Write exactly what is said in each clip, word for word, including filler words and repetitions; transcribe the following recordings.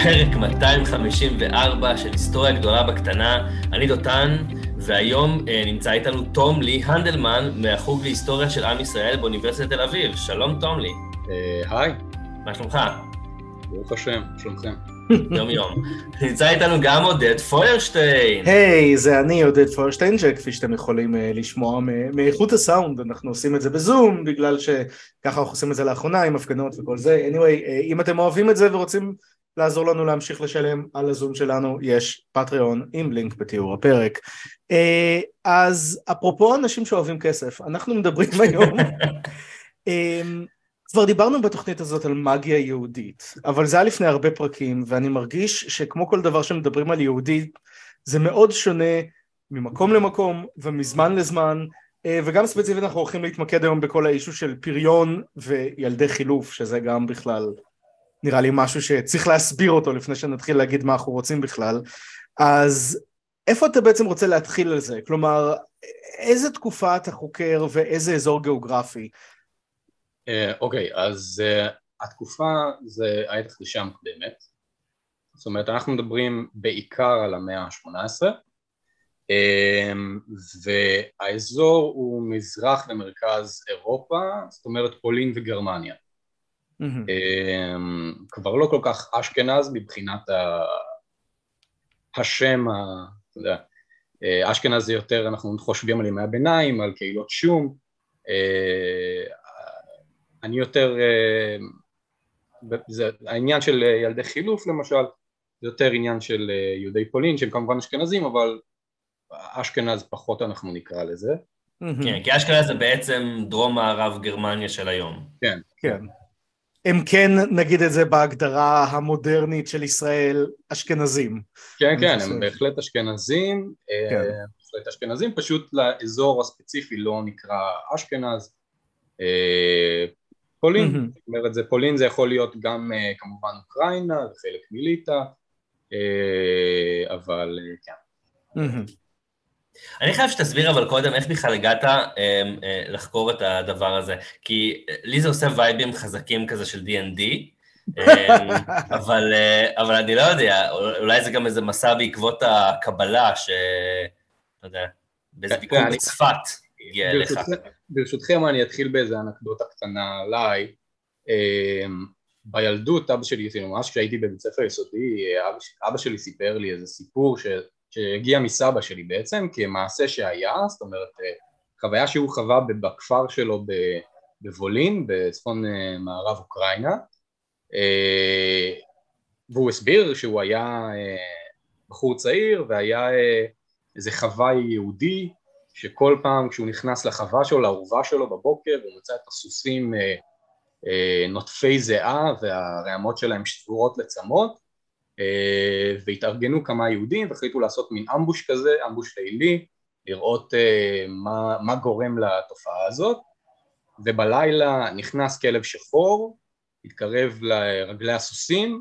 פרק מאתיים חמישים וארבע של היסטוריה גדולה בקטנה. אני דותן, והיום אה, נמצא איתנו תום לי הנדלמן מהחוג להיסטוריה של עם ישראל באוניברסיטת תל אביב. שלום תום לי. היי. מה שלומך? ברוך השם, שלומכם. יום יום. נמצא איתנו גם עודד פוירשטיין. היי, זה אני עודד פוירשטיין, שכפי שאתם יכולים uh, לשמוע מאיכות הסאונד, אנחנו עושים את זה בזום, בגלל שככה אנחנו עושים את זה לאחרונה עם הפגנות וכל זה. anyway, uh, אם אתם אוהבים את זה ורוצים לעזור לנו להמשיך לשלם על הזום שלנו, יש פטריון עם לינק בתיאור הפרק. Uh, אז אפרופו אנשים שאוהבים כסף, אנחנו מדברים היום... um, כבר דיברנו בתוכנית הזאת על מגיה יהודית, אבל זה היה לפני הרבה פרקים, ואני מרגיש שכמו כל דבר שמדברים על יהודית, זה מאוד שונה ממקום למקום ומזמן לזמן, וגם ספציפית אנחנו הולכים להתמקד היום בכל האישו של פריון וילדי חילוף, שזה גם בכלל נראה לי משהו שצריך להסביר אותו לפני שנתחיל להגיד מה אנחנו רוצים בכלל. אז איפה אתה בעצם רוצה להתחיל על זה? כלומר, איזה תקופה אתה חוקר ואיזה אזור גיאוגרפי? אוקיי, אז התקופה זה הייתה תחלישה מוקדמת, זאת אומרת אנחנו מדברים בעיקר על המאה ה-שמונה עשרה, והאזור הוא מזרח ומרכז אירופה, זאת אומרת פולין וגרמניה. כבר לא כל כך אשכנז מבחינת השם, אתה יודע, אשכנז זה יותר, אנחנו חושבים על ימי הביניים, על קהילות שום, אני יותר, זה העניין של ילדי חילוף למשל, זה יותר עניין של יהודי פולין, שהם כמובן אשכנזים, אבל אשכנז פחות אנחנו נקרא לזה. כן, כי אשכנז זה בעצם דרום מערב גרמניה של היום. כן. כן. הם כן, נגיד את זה בהגדרה המודרנית של ישראל, אשכנזים. כן, כן, הם בהחלט אשכנזים, בהחלט אשכנזים, פשוט לאזור הספציפי לא נקרא אשכנז, פולין, זאת אומרת, זה פולין זה יכול להיות גם כמובן אוקראינה, וחלק מליטא, אבל כן. אני חייב שתסביר אבל קודם איך בכלל הגעת לחקור את הדבר הזה, כי לי זה עושה וייבים חזקים כזה של די אנד די, אבל, אבל אני לא יודע, אולי זה גם איזה מסע בעקבות הקבלה, ש... לא יודע, באיזה ביקור בצפת הגיע אליך. ברשותכם אני אתחיל באיזה אנקדוטה קטנה עליי. בילדות אבא שלי, ממש כשהייתי בבית ספר יסודי, אבא, אבא שלי סיפר לי איזה סיפור ש, שהגיע מסבא שלי בעצם כמעשה שהיה, זאת אומרת חוויה שהוא חווה בכפר שלו בוולין, בצפון מערב אוקראינה, והוא הסביר שהוא היה בחור צעיר והיה איזה חוואי יהודי, שכל פעם כשהוא נכנס לחווה שלו, לאורווה שלו בבוקר, הוא מצא את הסוסים אה, אה, נוטפי זהה, והרעמות שלהם שבורות לצמות, אה, והתארגנו כמה יהודים, והחליטו לעשות מין אמבוש כזה, אמבוש לילי, לראות אה, מה, מה גורם לתופעה הזאת, ובלילה נכנס כלב שחור, התקרב לרגלי הסוסים,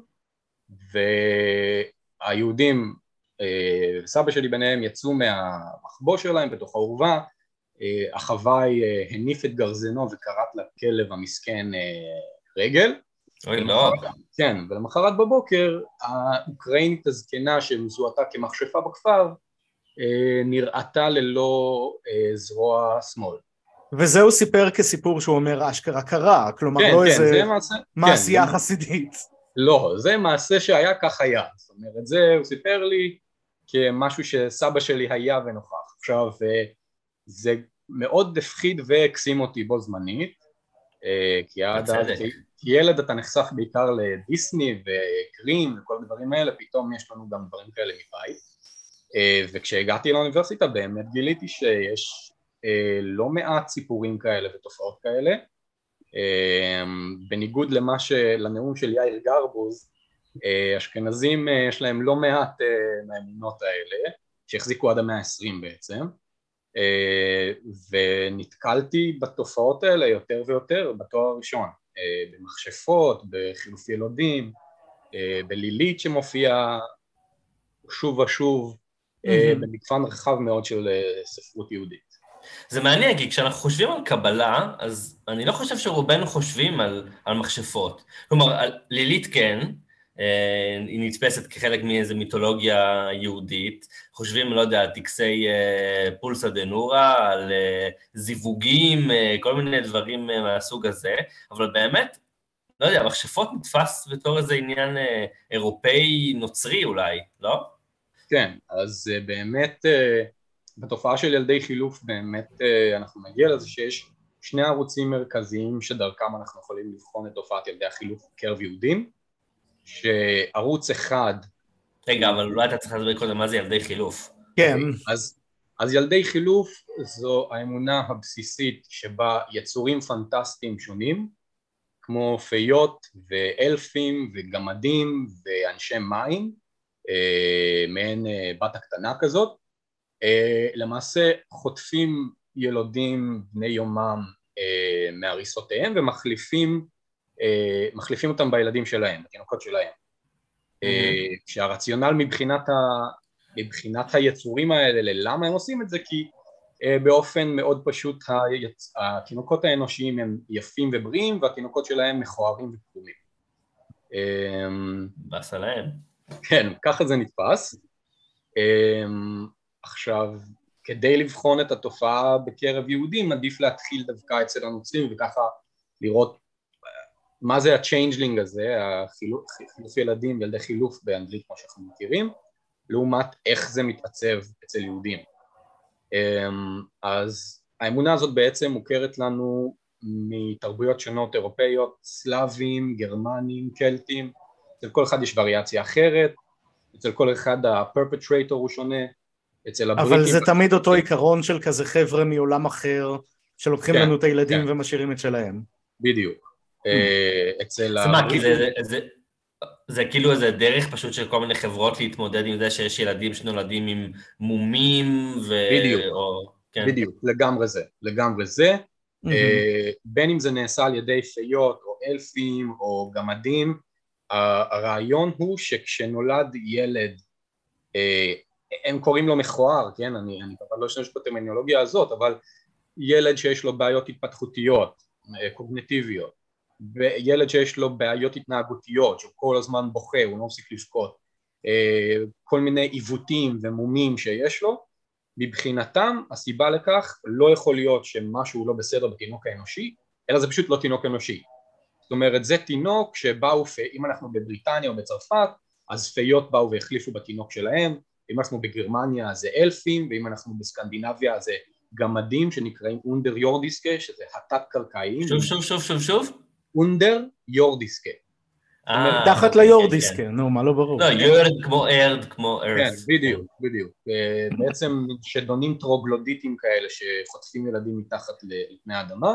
והיהודים, סבא שלי ביניהם יצאו מהמחבוא שלהם בתוך האורווה, החוואי הניף את גרזנו וקראת לכלב המסכן רגל. אוי לא. כן, ולמחרת בבוקר האוקראינית הזקנה שמזוהתה כמכשפה בכפר נראתה ללא זרוע שמאל. וזה הוא סיפר כסיפור שהוא אומר אשכרה קרה, כלומר כן, לא כן, איזה מעשה, מעשייה כן, חסידית. לא, זה מעשה שהיה כך היה, זאת אומרת, זה הוא סיפר לי כמשהו שסבא שלי היה ונוכח. עכשיו, זה מאוד הפחיד והקסים אותי בו זמנית, כי ילד אתה נחשף בעיקר לדיסני וגרים וכל הדברים האלה, פתאום יש לנו גם דברים כאלה מבית, וכשהגעתי לאוניברסיטה באמת גיליתי שיש לא מעט סיפורים כאלה ותופעות כאלה, בניגוד למה שלנאום של יאיר גרבוז, אשכנזים יש להם לא מעט מהאמונות האלה, שהחזיקו עד המאה העשרים בעצם, ונתקלתי בתופעות האלה יותר ויותר בתואר הראשון, במכשפות, בחילוף ילודים, בלילית שמופיעה שוב ושוב, במגוון רחב מאוד של ספרות יהודית. זה מעניין, כי כשאנחנו חושבים על קבלה, אז אני לא חושב שרובנו חושבים על, על מכשפות. כלומר, על לילית כן, היא נתפסת כחלק מאיזו מיתולוגיה יהודית, חושבים, לא יודע, על טקסי פולסא דנורא, על זיווגים, כל מיני דברים מהסוג הזה, אבל באמת, לא יודע, המכשפות נתפס בתור איזה עניין אירופאי נוצרי אולי, לא? כן, אז באמת בתופעה של ילדי חילוף באמת אנחנו נגיע לזה שיש שני ערוצים מרכזיים שדרכם אנחנו יכולים לבחון את תופעת ילדי החילוף בקרב יהודים, שערוץ אחד... רגע, אבל אולי אתה צריך לדבר קודם מה זה ילדי חילוף. כן. Okay, אז, אז ילדי חילוף זו האמונה הבסיסית שבה יצורים פנטסטיים שונים, כמו פיות ואלפים וגמדים ואנשי מים, אה, מעין אה, בת הקטנה כזאת, אה, למעשה חוטפים ילודים בני יומם אה, מהריסותיהם ומחליפים אה, מחליפים אותם בילדים שלהם, בתינוקות שלהם. אה, כשהרציונל מבחינת, ה, מבחינת היצורים האלה, למה הם עושים את זה? כי אה, באופן מאוד פשוט היצ... התינוקות האנושיים הם יפים ובריאים והתינוקות שלהם מכוערים וקרומים. אה, בס עליהם. כן, ככה זה נתפס. עכשיו, כדי לבחון את התופעה בקרב יהודים, עדיף להתחיל דווקא אצל הנוצרים וככה לראות מה זה הצ'יינג'לינג הזה, החילוף, חילוף ילדים, ילדי חילוף באנגלית כמו שאנחנו מכירים, לעומת איך זה מתעצב אצל יהודים. אז האמונה הזאת בעצם מוכרת לנו מתרבויות שונות אירופאיות, סלאבים, גרמנים, קלטים, אצל כל אחד יש וריאציה אחרת, אצל כל אחד הפרפטרייטור הוא שונה, אצל הבריטים... אבל זה תמיד אותו עיקרון של כזה חבר'ה מעולם אחר, שלוקחים כן, לנו את הילדים כן. ומשאירים את שלהם. בדיוק. אצל זה מה, כי הבריטים... זה, זה, זה כאילו איזה דרך פשוט של כל מיני חברות להתמודד עם זה שיש ילדים שנולדים עם מומים ו... בדיוק, או, כן. בדיוק, לגמרי זה, לגמרי זה. Mm-hmm. בין אם זה נעשה על ידי פיות או אלפים או גמדים, הרעיון הוא שכשנולד ילד, הם קוראים לו מכוער, כן? אני, אני כבר לא אשתמש בטרמינולוגיה הזאת, אבל ילד שיש לו בעיות התפתחותיות, קוגניטיביות, ילד שיש לו בעיות התנהגותיות, שהוא כל הזמן בוכה, הוא לא מפסיק לבכות, כל מיני עיוותים ומומים שיש לו, מבחינתם הסיבה לכך לא יכול להיות שמשהו לא בסדר בתינוק האנושי, אלא זה פשוט לא תינוק אנושי. זאת אומרת, זה תינוק שבאו, אם אנחנו בבריטניה או בצרפת, אז פיות באו והחליפו בתינוק שלהם, אם אנחנו בגרמניה זה אלפים, ואם אנחנו בסקנדינביה זה גמדים שנקראים אונדר יורדיסקה, שזה התת קרקעיים. שוב, שוב, שוב, שוב, שוב? אונדר יורדיסקה. תחת ליורדיסקה, נו, מה לא ברור. לא, יורד כמו ארד, כמו ארת. כן, בדיוק, בדיוק. בעצם שדונים טרוגלודיטים כאלה שחוטפים ילדים מתחת לפני האדמה,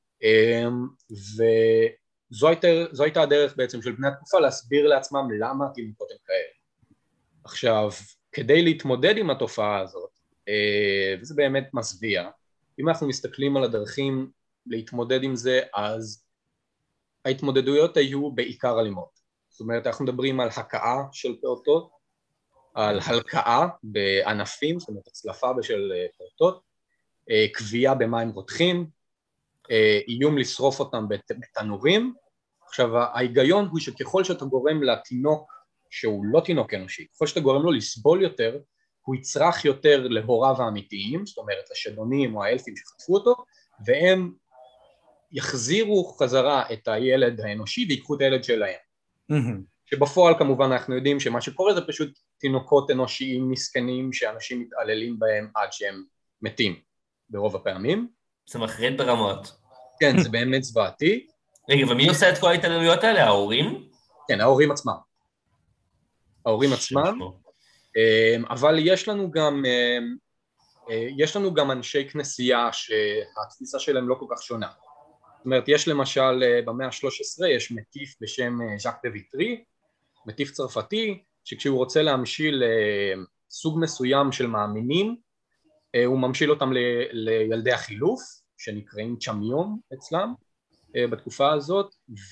וזו הייתה, זו הייתה הדרך בעצם של בני התקופה להסביר לעצמם למה התינוקות הם כאלה. עכשיו, כדי להתמודד עם התופעה הזאת, וזה באמת מזוויע, אם אנחנו מסתכלים על הדרכים להתמודד עם זה, אז ההתמודדויות היו בעיקר אלימות. זאת אומרת, אנחנו מדברים על הקאה של פעוטות, על הלקאה בענפים, זאת אומרת, הצלפה בשל פעוטות, קביעה במים רותחים, איום לשרוף אותם בתנורים. עכשיו, ההיגיון הוא שככל שאתה גורם לתינוק שהוא לא תינוק אנושי, ככל שאתה גורם לו לסבול יותר, הוא יצרח יותר להוריו האמיתיים, זאת אומרת, לשדונים או האלפים שחטפו אותו, והם יחזירו חזרה את הילד האנושי ויקחו את הילד שלהם. שבפועל כמובן אנחנו יודעים שמה שקורה זה פשוט תינוקות אנושיים מסכנים שאנשים מתעללים בהם עד שהם מתים ברוב הפעמים. זה מחריד ברמות. כן, זה באמת זוועתי. רגע, ומי עושה את כל ההתעללויות האלה? ההורים? כן, ההורים עצמם. ההורים עצמם, אבל יש לנו גם, יש לנו גם אנשי כנסייה שהתפיסה שלהם לא כל כך שונה. זאת אומרת, יש למשל במאה ה-שלוש עשרה, יש מטיף בשם ז'אק דה ויטרי, מטיף צרפתי, שכשהוא רוצה להמשיל סוג מסוים של מאמינים, הוא ממשיל אותם לילדי החילוף, שנקראים צ'מיון אצלם, בתקופה הזאת,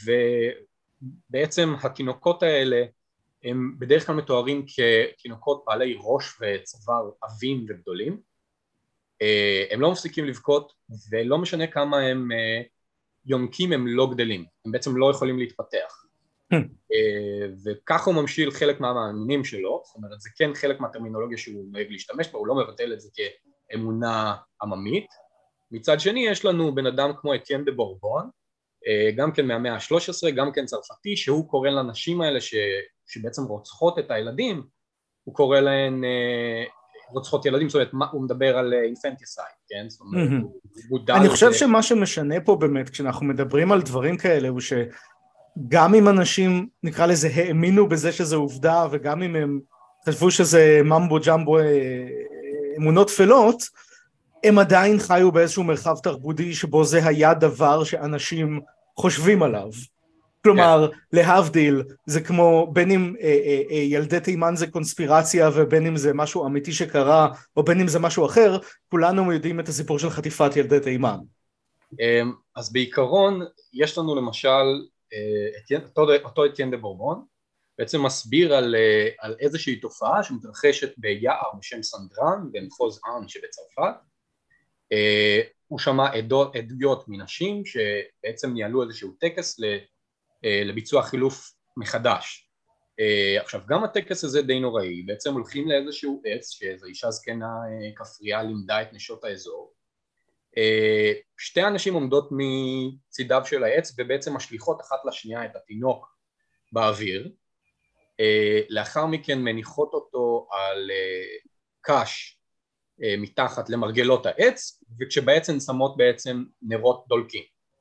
ובעצם התינוקות האלה, הם בדרך כלל מתוארים כתינוקות בעלי ראש וצוואר עבים וגדולים, הם לא מפסיקים לבכות, ולא משנה כמה הם יונקים, הם לא גדלים, הם בעצם לא יכולים להתפתח. וככה הוא ממשיל חלק מהמאמינים שלו, זאת אומרת זה כן חלק מהטרמינולוגיה שהוא נוהג להשתמש בה, הוא לא מבטל את זה כאמונה עממית. מצד שני יש לנו בן אדם כמו אתיין דה בורבון, גם כן מהמאה ה-שלוש עשרה, גם כן צרפתי, שהוא קורא לנשים האלה ש... שבעצם רוצחות את הילדים, הוא קורא להן רוצחות ילדים, זאת אומרת הוא מדבר על אינפנטיסייד, כן? זאת אומרת, הוא מודע אני חושב שמה שמשנה פה באמת כשאנחנו מדברים על דברים כאלה הוא שגם אם אנשים נקרא לזה האמינו בזה שזה עובדה וגם אם הם חשבו שזה ממבו ג'מבו אמונות תפלות, הם עדיין חיו באיזשהו מרחב תרבותי שבו זה היה דבר שאנשים חושבים עליו. כלומר, yeah. להבדיל, זה כמו בין אם אה, אה, אה, ילדי תימן זה קונספירציה ובין אם זה משהו אמיתי שקרה או בין אם זה משהו אחר, כולנו יודעים את הסיפור של חטיפת ילדי תימן. אז בעיקרון יש לנו למשל אה, אותו, אותו אתיין דה בורבון, בעצם מסביר על, אה, על איזושהי תופעה שמתרחשת ביער בשם סנדרן במחוז אן שבצרפת. אה, הוא שמע עדות, עדויות מנשים שבעצם ניהלו איזשהו טקס ל... לביצוע חילוף מחדש. עכשיו גם הטקס הזה די נוראי, בעצם הולכים לאיזשהו עץ שאיזו אישה זקנה כפריה לימדה את נשות האזור, שתי אנשים עומדות מצידיו של העץ ובעצם משליחות אחת לשנייה את התינוק באוויר, לאחר מכן מניחות אותו על קש מתחת למרגלות העץ, וכשבעצם שמות בעצם נרות דולקים.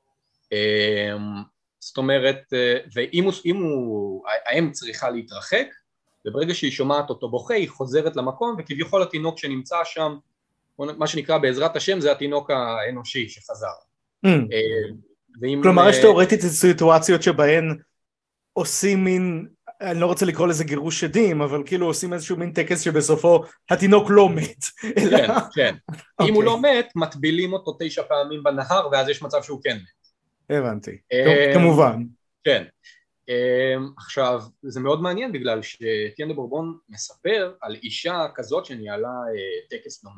זאת אומרת, ואם הוא, אם הוא, האם צריכה להתרחק, וברגע שהיא שומעת אותו בוכה, היא חוזרת למקום, וכביכול התינוק שנמצא שם, מה שנקרא בעזרת השם, זה התינוק האנושי שחזר. Mm. ואם, כלומר, יש תיאורטית סיטואציות שבהן עושים מין, אני לא רוצה לקרוא לזה גירוש שדים, אבל כאילו עושים איזשהו מין טקס שבסופו התינוק לא מת. כן, כן. אם הוא לא מת, מטבילים אותו תשע פעמים בנהר, ואז יש מצב שהוא כן מת. הבנתי, כמובן. כן, עכשיו זה מאוד מעניין בגלל שאתיין דה בורבון מספר על אישה כזאת שניהלה טקס דומה,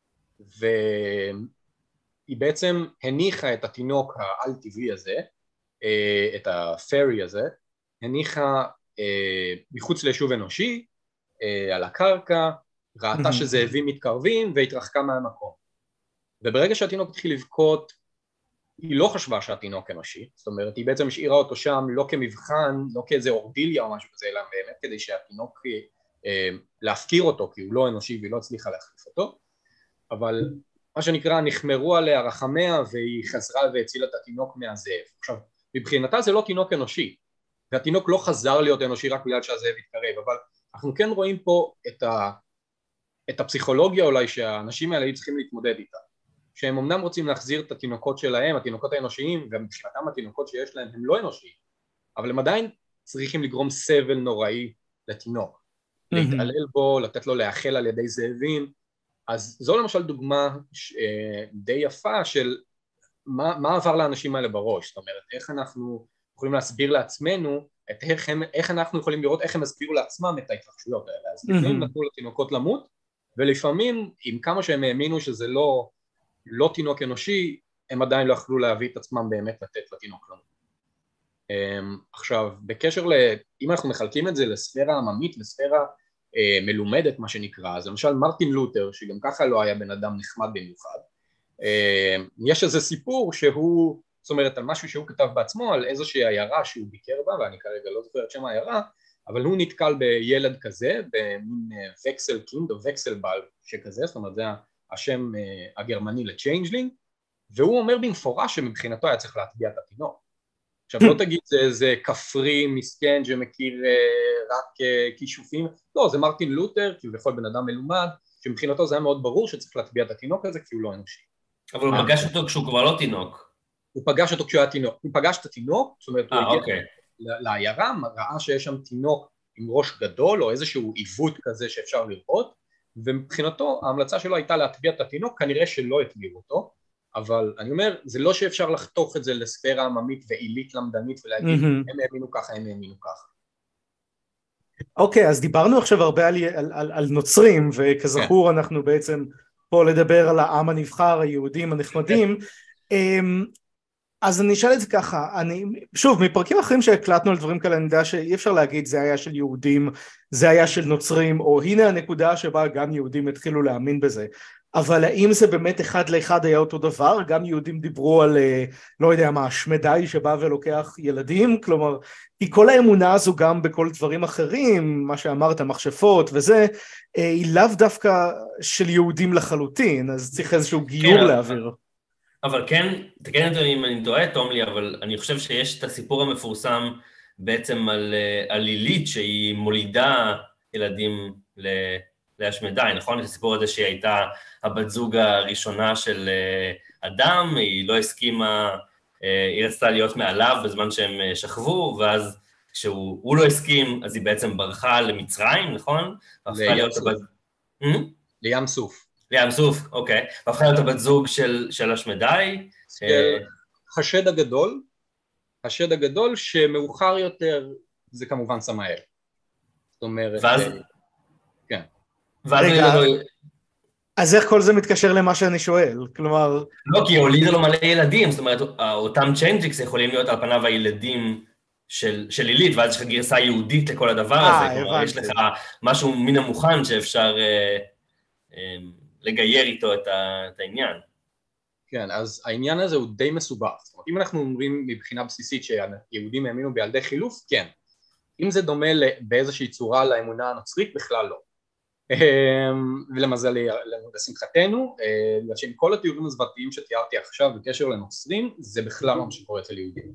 והיא בעצם הניחה את התינוק העל טבעי הזה, את הפרי הזה, הניחה מחוץ ליישוב אנושי, על הקרקע, ראתה שזאבים מתקרבים והתרחקה מהמקום. וברגע שהתינוק התחיל לבכות, היא לא חשבה שהתינוק אנושי, זאת אומרת היא בעצם השאירה אותו שם לא כמבחן, לא כאיזה אורדיליה או משהו כזה, אלא באמת כדי שהתינוק, אה, להפקיר אותו כי הוא לא אנושי והיא לא הצליחה להחליף אותו, אבל מה שנקרא נחמרו עליה רחמיה והיא חזרה והצילה את התינוק מהזאב. עכשיו מבחינתה זה לא תינוק אנושי, והתינוק לא חזר להיות אנושי רק בגלל שהזאב התקרב, אבל אנחנו כן רואים פה את, ה, את הפסיכולוגיה אולי שהאנשים האלה צריכים להתמודד איתה. שהם אמנם רוצים להחזיר את התינוקות שלהם, התינוקות האנושיים, ומבחינתם התינוקות שיש להם הם לא אנושיים, אבל הם עדיין צריכים לגרום סבל נוראי לתינוק, mm-hmm. להתעלל בו, לתת לו להאכל על ידי זאבים, אז זו למשל דוגמה די יפה של מה, מה עבר לאנשים האלה בראש, זאת אומרת, איך אנחנו יכולים להסביר לעצמנו, את איך, הם, איך אנחנו יכולים לראות איך הם הסבירו לעצמם את ההתרחשויות האלה, אז לפעמים mm-hmm. נתנו לתינוקות למות, ולפעמים, עם כמה שהם האמינו שזה לא, לא תינוק אנושי, הם עדיין לא יכלו להביא את עצמם באמת לתת לתינוק למות. עכשיו, בקשר ל... אם אנחנו מחלקים את זה לספירה עממית, לספירה אה, מלומדת, מה שנקרא, אז למשל מרטין לותר, שגם ככה לא היה בן אדם נחמד במיוחד, אה, יש איזה סיפור שהוא, זאת אומרת, על משהו שהוא כתב בעצמו, על איזושהי עיירה שהוא ביקר בה, ואני כרגע לא זוכר את שם העיירה, אבל הוא נתקל בילד כזה, במין וקסל קינד או וקסל בל שכזה, זאת אומרת, זה השם הגרמני לצ'יינג'לינג, והוא אומר במפורש שמבחינתו היה צריך להטביע את התינוק. עכשיו לא תגיד זה איזה כפרי מסכן שמכיר רק כישופים, לא, זה מרטין לותר, כי הוא יכול בן אדם מלומד, שמבחינתו זה היה מאוד ברור שצריך להטביע את התינוק הזה, כי הוא לא אנושי. אבל הוא פגש אותו כשהוא כבר לא תינוק. הוא פגש אותו כשהוא היה תינוק, הוא פגש את התינוק, זאת אומרת הוא הגיע לעיירה, ראה שיש שם תינוק עם ראש גדול, או איזשהו עיוות כזה שאפשר לראות, ומבחינתו ההמלצה שלו הייתה להטביע את התינוק, כנראה שלא הטביעו אותו, אבל אני אומר, זה לא שאפשר לחתוך את זה לספירה עממית ועילית למדנית ולהגיד, mm-hmm. הם האמינו ככה, הם האמינו ככה. אוקיי, okay, אז דיברנו עכשיו הרבה על, על, על, על נוצרים, וכזכור yeah. אנחנו בעצם פה לדבר על העם הנבחר, היהודים הנחמדים. Yeah. Um, אז אני אשאל את זה ככה, אני, שוב, מפרקים אחרים שהקלטנו על דברים כאלה, אני יודע שאי אפשר להגיד זה היה של יהודים, זה היה של נוצרים, או הנה הנקודה שבה גם יהודים התחילו להאמין בזה, אבל האם זה באמת אחד לאחד היה אותו דבר? גם יהודים דיברו על, לא יודע מה, שמדי שבא ולוקח ילדים, כלומר, כי כל האמונה הזו גם בכל דברים אחרים, מה שאמרת, מכשפות וזה, היא לאו דווקא של יהודים לחלוטין, אז צריך איזשהו גיור כן, להעביר. אבל כן, תקן אותי אם אני טועה, תומלי, אבל אני חושב שיש את הסיפור המפורסם בעצם על, על לילית שהיא מולידה ילדים להשמדי, נכון? את הסיפור הזה שהיא הייתה הבת זוג הראשונה של אדם, היא לא הסכימה, היא רצתה להיות מעליו בזמן שהם שכבו, ואז כשהוא לא הסכים, אז היא בעצם ברחה למצרים, נכון? לים סוף. לים סוף. לים סוף, אוקיי. והפכה להיות הבת זוג של, של השמדי. השד הגדול, השד הגדול שמאוחר יותר זה כמובן סמאל. זאת אומרת... ואז... כן. ואז רגע, אז איך כל זה מתקשר למה שאני שואל? כלומר... לא, כי הולידה לו מלא ילדים, זאת אומרת, אותם צ'יינג'יקס יכולים להיות על פניו הילדים של, של לילית, ואז יש לך גרסה יהודית לכל הדבר הזה, כלומר, יש לך משהו מן המוכן שאפשר... לגייר איתו את העניין. כן, אז העניין הזה הוא די מסובך. זאת אומרת, אם אנחנו אומרים מבחינה בסיסית שיהודים האמינו בילדי חילוף, כן. אם זה דומה באיזושהי צורה לאמונה הנוצרית, בכלל לא. ולמזלי, לשמחתנו, שעם כל התיאורים הזוועתיים שתיארתי עכשיו בקשר לנוצרים, זה בכלל לא מה שקורה אצל יהודים.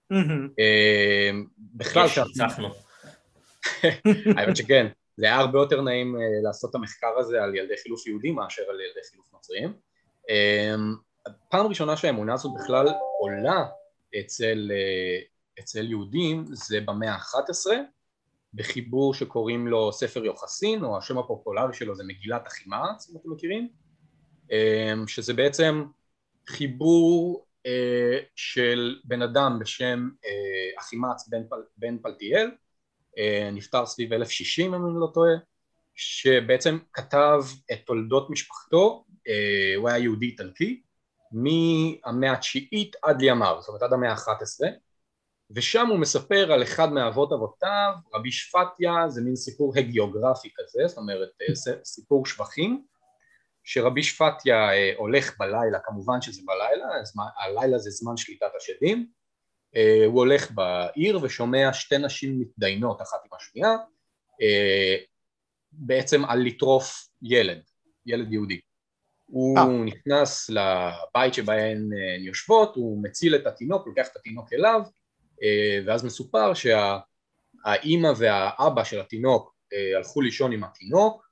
בכלל שרצחנו. האמת שכן. זה היה הרבה יותר נעים לעשות את המחקר הזה על ילדי חילוף יהודים מאשר על ילדי חילוף נוצריים. פעם ראשונה שהאמונה הזאת בכלל עולה אצל, אצל יהודים זה במאה ה-אחת עשרה, בחיבור שקוראים לו ספר יוחסין, או השם הפופולרי שלו זה מגילת אחימאס, אם אתם מכירים, שזה בעצם חיבור של בן אדם בשם אחימאס בן, בן פלטיאל, נפטר סביב אלף שישים אם אני לא טועה, שבעצם כתב את תולדות משפחתו, הוא היה יהודי איטלקי, מהמאה התשיעית עד לימיו, זאת אומרת עד המאה ה-אחת עשרה, ושם הוא מספר על אחד מאבות אבותיו, רבי שפטיה, זה מין סיפור הגיאוגרפי כזה, זאת אומרת סיפור שבחים, שרבי שפטיה הולך בלילה, כמובן שזה בלילה, הלילה זה זמן שליטת השדים, הוא הולך בעיר ושומע שתי נשים מתדיינות אחת עם השנייה, בעצם על לטרוף ילד, ילד יהודי. הוא נכנס לבית שבהן יושבות, הוא מציל את התינוק, לוקח את התינוק אליו, ואז מסופר שהאימא והאבא של התינוק הלכו לישון עם התינוק,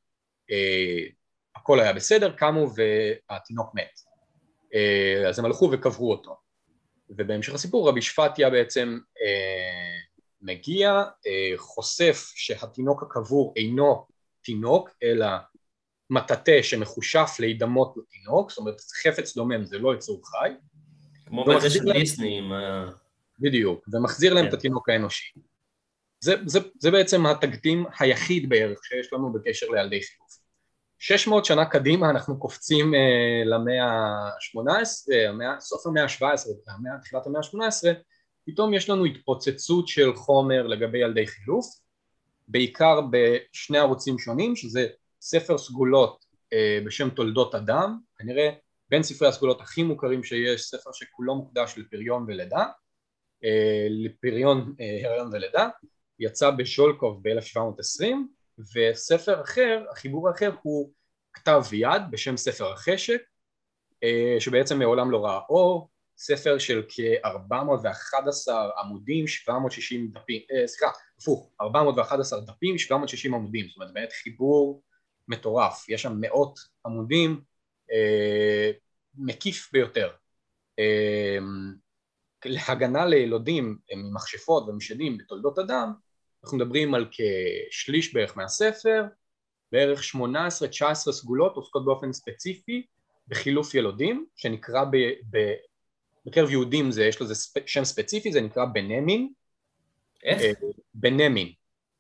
הכל היה בסדר, קמו והתינוק מת. אז הם הלכו וקברו אותו. ובהמשך הסיפור רבי שפטיה בעצם אה, מגיע, אה, חושף שהתינוק הקבור אינו תינוק, אלא מטאטא שמחושף להידמות לתינוק, זאת אומרת חפץ דומם זה לא יצור חי. כמו בזה של דיסני. בדיוק, ומחזיר להם כן. את התינוק האנושי. זה, זה, זה בעצם התקדים היחיד בערך שיש לנו בקשר לילדי חילוף. שש מאות שנה קדימה אנחנו קופצים אה, למאה ה-שמונה עשרה, המאה, סוף המאה ה-שבע עשרה, המאה, תחילת המאה ה-שמונה עשרה, פתאום יש לנו התפוצצות של חומר לגבי ילדי חילוף, בעיקר בשני ערוצים שונים, שזה ספר סגולות אה, בשם תולדות אדם, כנראה בין ספרי הסגולות הכי מוכרים שיש, ספר שכולו מוקדש לפריון ולידה, אה, לפריון אה, הריון ולידה, יצא בשולקוב ב-אלף שבע מאות ועשרים, וספר אחר, החיבור האחר הוא כתב יד בשם ספר החשק, שבעצם מעולם לא ראה אור, ספר של כ-ארבע מאות ואחת עשרה עמודים, שבע מאות ושישים דפים, אה, סליחה, הפוך, ארבע מאות ואחת עשרה דפים, שבע מאות ושישים עמודים, זאת אומרת באמת חיבור מטורף, יש שם מאות עמודים, אה, מקיף ביותר. אה, להגנה לילודים ממכשפות ומשדים בתולדות אדם, אנחנו מדברים על כשליש בערך מהספר, בערך שמונה עשרה תשע עשרה סגולות עוסקות באופן ספציפי בחילוף ילודים, שנקרא ב, ב, בקרב יהודים זה, יש לזה ספ, שם ספציפי, זה נקרא בנמין. איך? בנמין.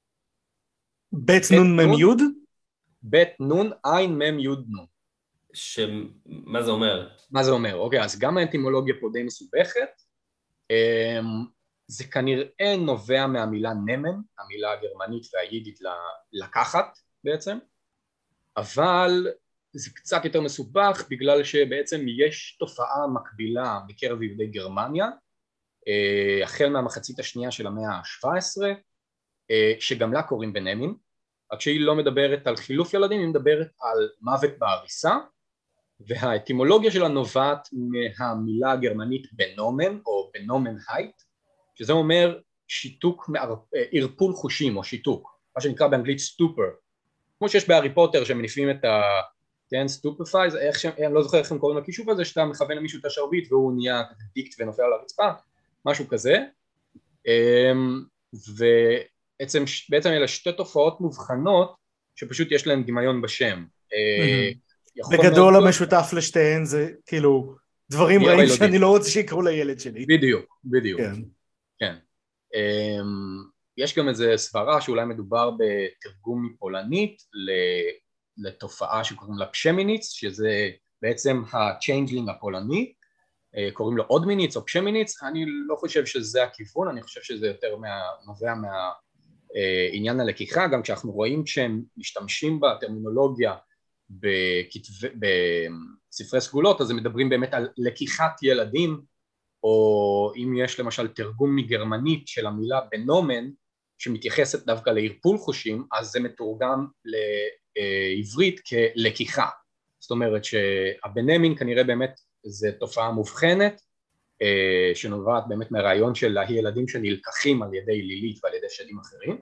בית נון מם יוד? בית נון עין מם יוד נון. שמה זה אומר? מה זה אומר? אוקיי, אז גם האנטימולוגיה פה די מסובכת, זה כנראה נובע מהמילה נמן, המילה הגרמנית והיידית לקחת בעצם, אבל זה קצת יותר מסובך בגלל שבעצם יש תופעה מקבילה בקרב יהודי גרמניה, החל מהמחצית השנייה של המאה ה-שבע עשרה, שגם לה קוראים בנמין, רק שהיא לא מדברת על חילוף ילדים, היא מדברת על מוות בעריסה, והאטימולוגיה שלה נובעת מהמילה הגרמנית בנומן או בנומן הייט, שזה אומר שיתוק, ערפול חושים או שיתוק, מה שנקרא באנגלית סטופר, כמו שיש בהארי פוטר שמניפים את ה... כן, סטופפייז, אני לא זוכר איך הם קוראים לכישוף הזה, שאתה מכוון למישהו את השרביט והוא נהיה דיקט ונופל על הרצפה, משהו כזה, ובעצם בעצם אלה שתי תופעות מובחנות שפשוט יש להן דמיון בשם. בגדול המשותף לשתיהן זה כאילו דברים רעים שאני לא רוצה שיקרו לילד שלי. בדיוק, בדיוק. כן. יש גם איזו סברה שאולי מדובר בתרגום מפולנית לתופעה שקוראים לה פשמיניץ, שזה בעצם הצ'יינג'לינג הפולני, קוראים לו אודמיניץ או פשמיניץ, אני לא חושב שזה הכיוון, אני חושב שזה יותר נובע מהעניין הלקיחה, גם כשאנחנו רואים שהם משתמשים בטרמינולוגיה בספרי סגולות, אז הם מדברים באמת על לקיחת ילדים, או אם יש למשל תרגום מגרמנית של המילה בנומן, שמתייחסת דווקא לערפול חושים, אז זה מתורגם לעברית כלקיחה. זאת אומרת שהבנמין כנראה באמת זה תופעה מובחנת, שנובעת באמת מהרעיון של הילדים שנלקחים על ידי לילית ועל ידי שדים אחרים.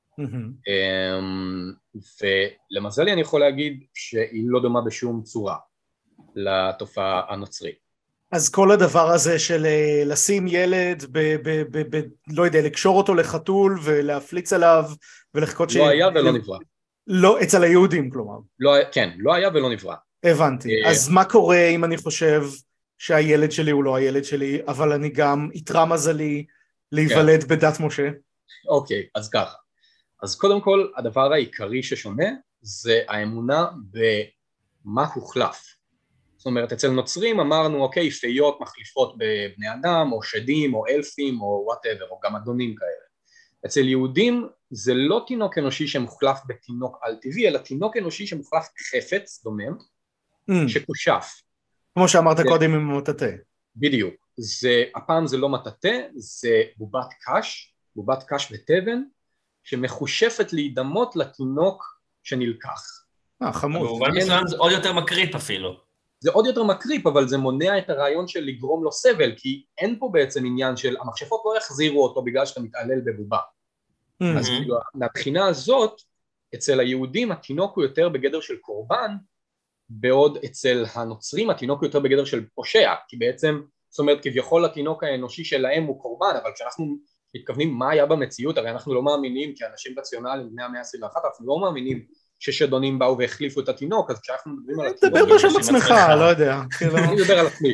ולמזלי אני יכול להגיד שהיא לא דומה בשום צורה לתופעה הנוצרית. אז כל הדבר הזה של לשים ילד, ב, ב, ב, ב, לא יודע, לקשור אותו לחתול ולהפליץ עליו ולחכות ש... לא היה ולא נברא. לא, אצל היהודים כלומר. לא, כן, לא היה ולא נברא. הבנתי. אז מה קורה אם אני חושב שהילד שלי הוא לא הילד שלי, אבל אני גם יתרה מזלי להיוולד בדת משה? אוקיי, אז ככה. אז קודם כל, הדבר העיקרי ששונה זה האמונה במה הוחלף. זאת אומרת, אצל נוצרים אמרנו, אוקיי, פיות מחליפות בבני אדם, או שדים, או אלפים, או whatever, או גם אדונים כאלה. אצל יהודים זה לא תינוק אנושי שמוחלף בתינוק על טבעי, אלא תינוק אנושי שמוחלף בחפץ דומם, mm. שקושף. כמו שאמרת זה... קודם עם מטאטא. בדיוק. זה, הפעם זה לא מטאטא, זה בובת קש, בובת קש ותבן, שמחושפת להידמות לתינוק שנלקח. אה, חמוד. במובן מסוים זה עוד יותר מקריפ אפילו. זה עוד יותר מקריפ, אבל זה מונע את הרעיון של לגרום לו סבל, כי אין פה בעצם עניין של המכשפות לא יחזירו אותו בגלל שאתה מתעלל בבובה. Mm-hmm. אז כאילו, מהבחינה הזאת, אצל היהודים התינוק הוא יותר בגדר של קורבן, בעוד אצל הנוצרים התינוק הוא יותר בגדר של פושע, כי בעצם, זאת אומרת, כביכול התינוק האנושי שלהם הוא קורבן, אבל כשאנחנו מתכוונים מה היה במציאות, הרי אנחנו לא מאמינים, כאנשים רציונליים בני המאה ה-עשרים ואחת, אנחנו לא מאמינים ששדונים באו והחליפו את התינוק, אז כשאנחנו מדברים על התינוק... דבר בשם עצמך, לא יודע. אני מדבר על עצמי.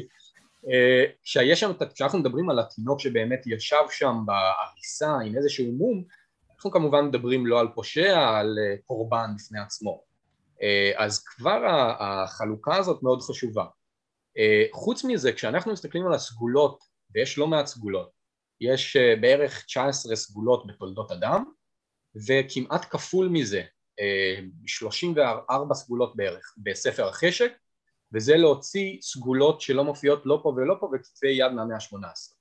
כשאנחנו מדברים על התינוק שבאמת ישב שם בעריסה עם איזשהו מום, אנחנו כמובן מדברים לא על פושע, על קורבן בפני עצמו. אז כבר החלוקה הזאת מאוד חשובה. חוץ מזה, כשאנחנו מסתכלים על הסגולות, ויש לא מעט סגולות, יש בערך תשע עשרה סגולות בתולדות אדם, וכמעט כפול מזה, שלושים וארבע סגולות בערך בספר החשק, וזה להוציא סגולות שלא מופיעות לא פה ולא פה, וכתבי יד מהמאה ה-שמונה עשרה.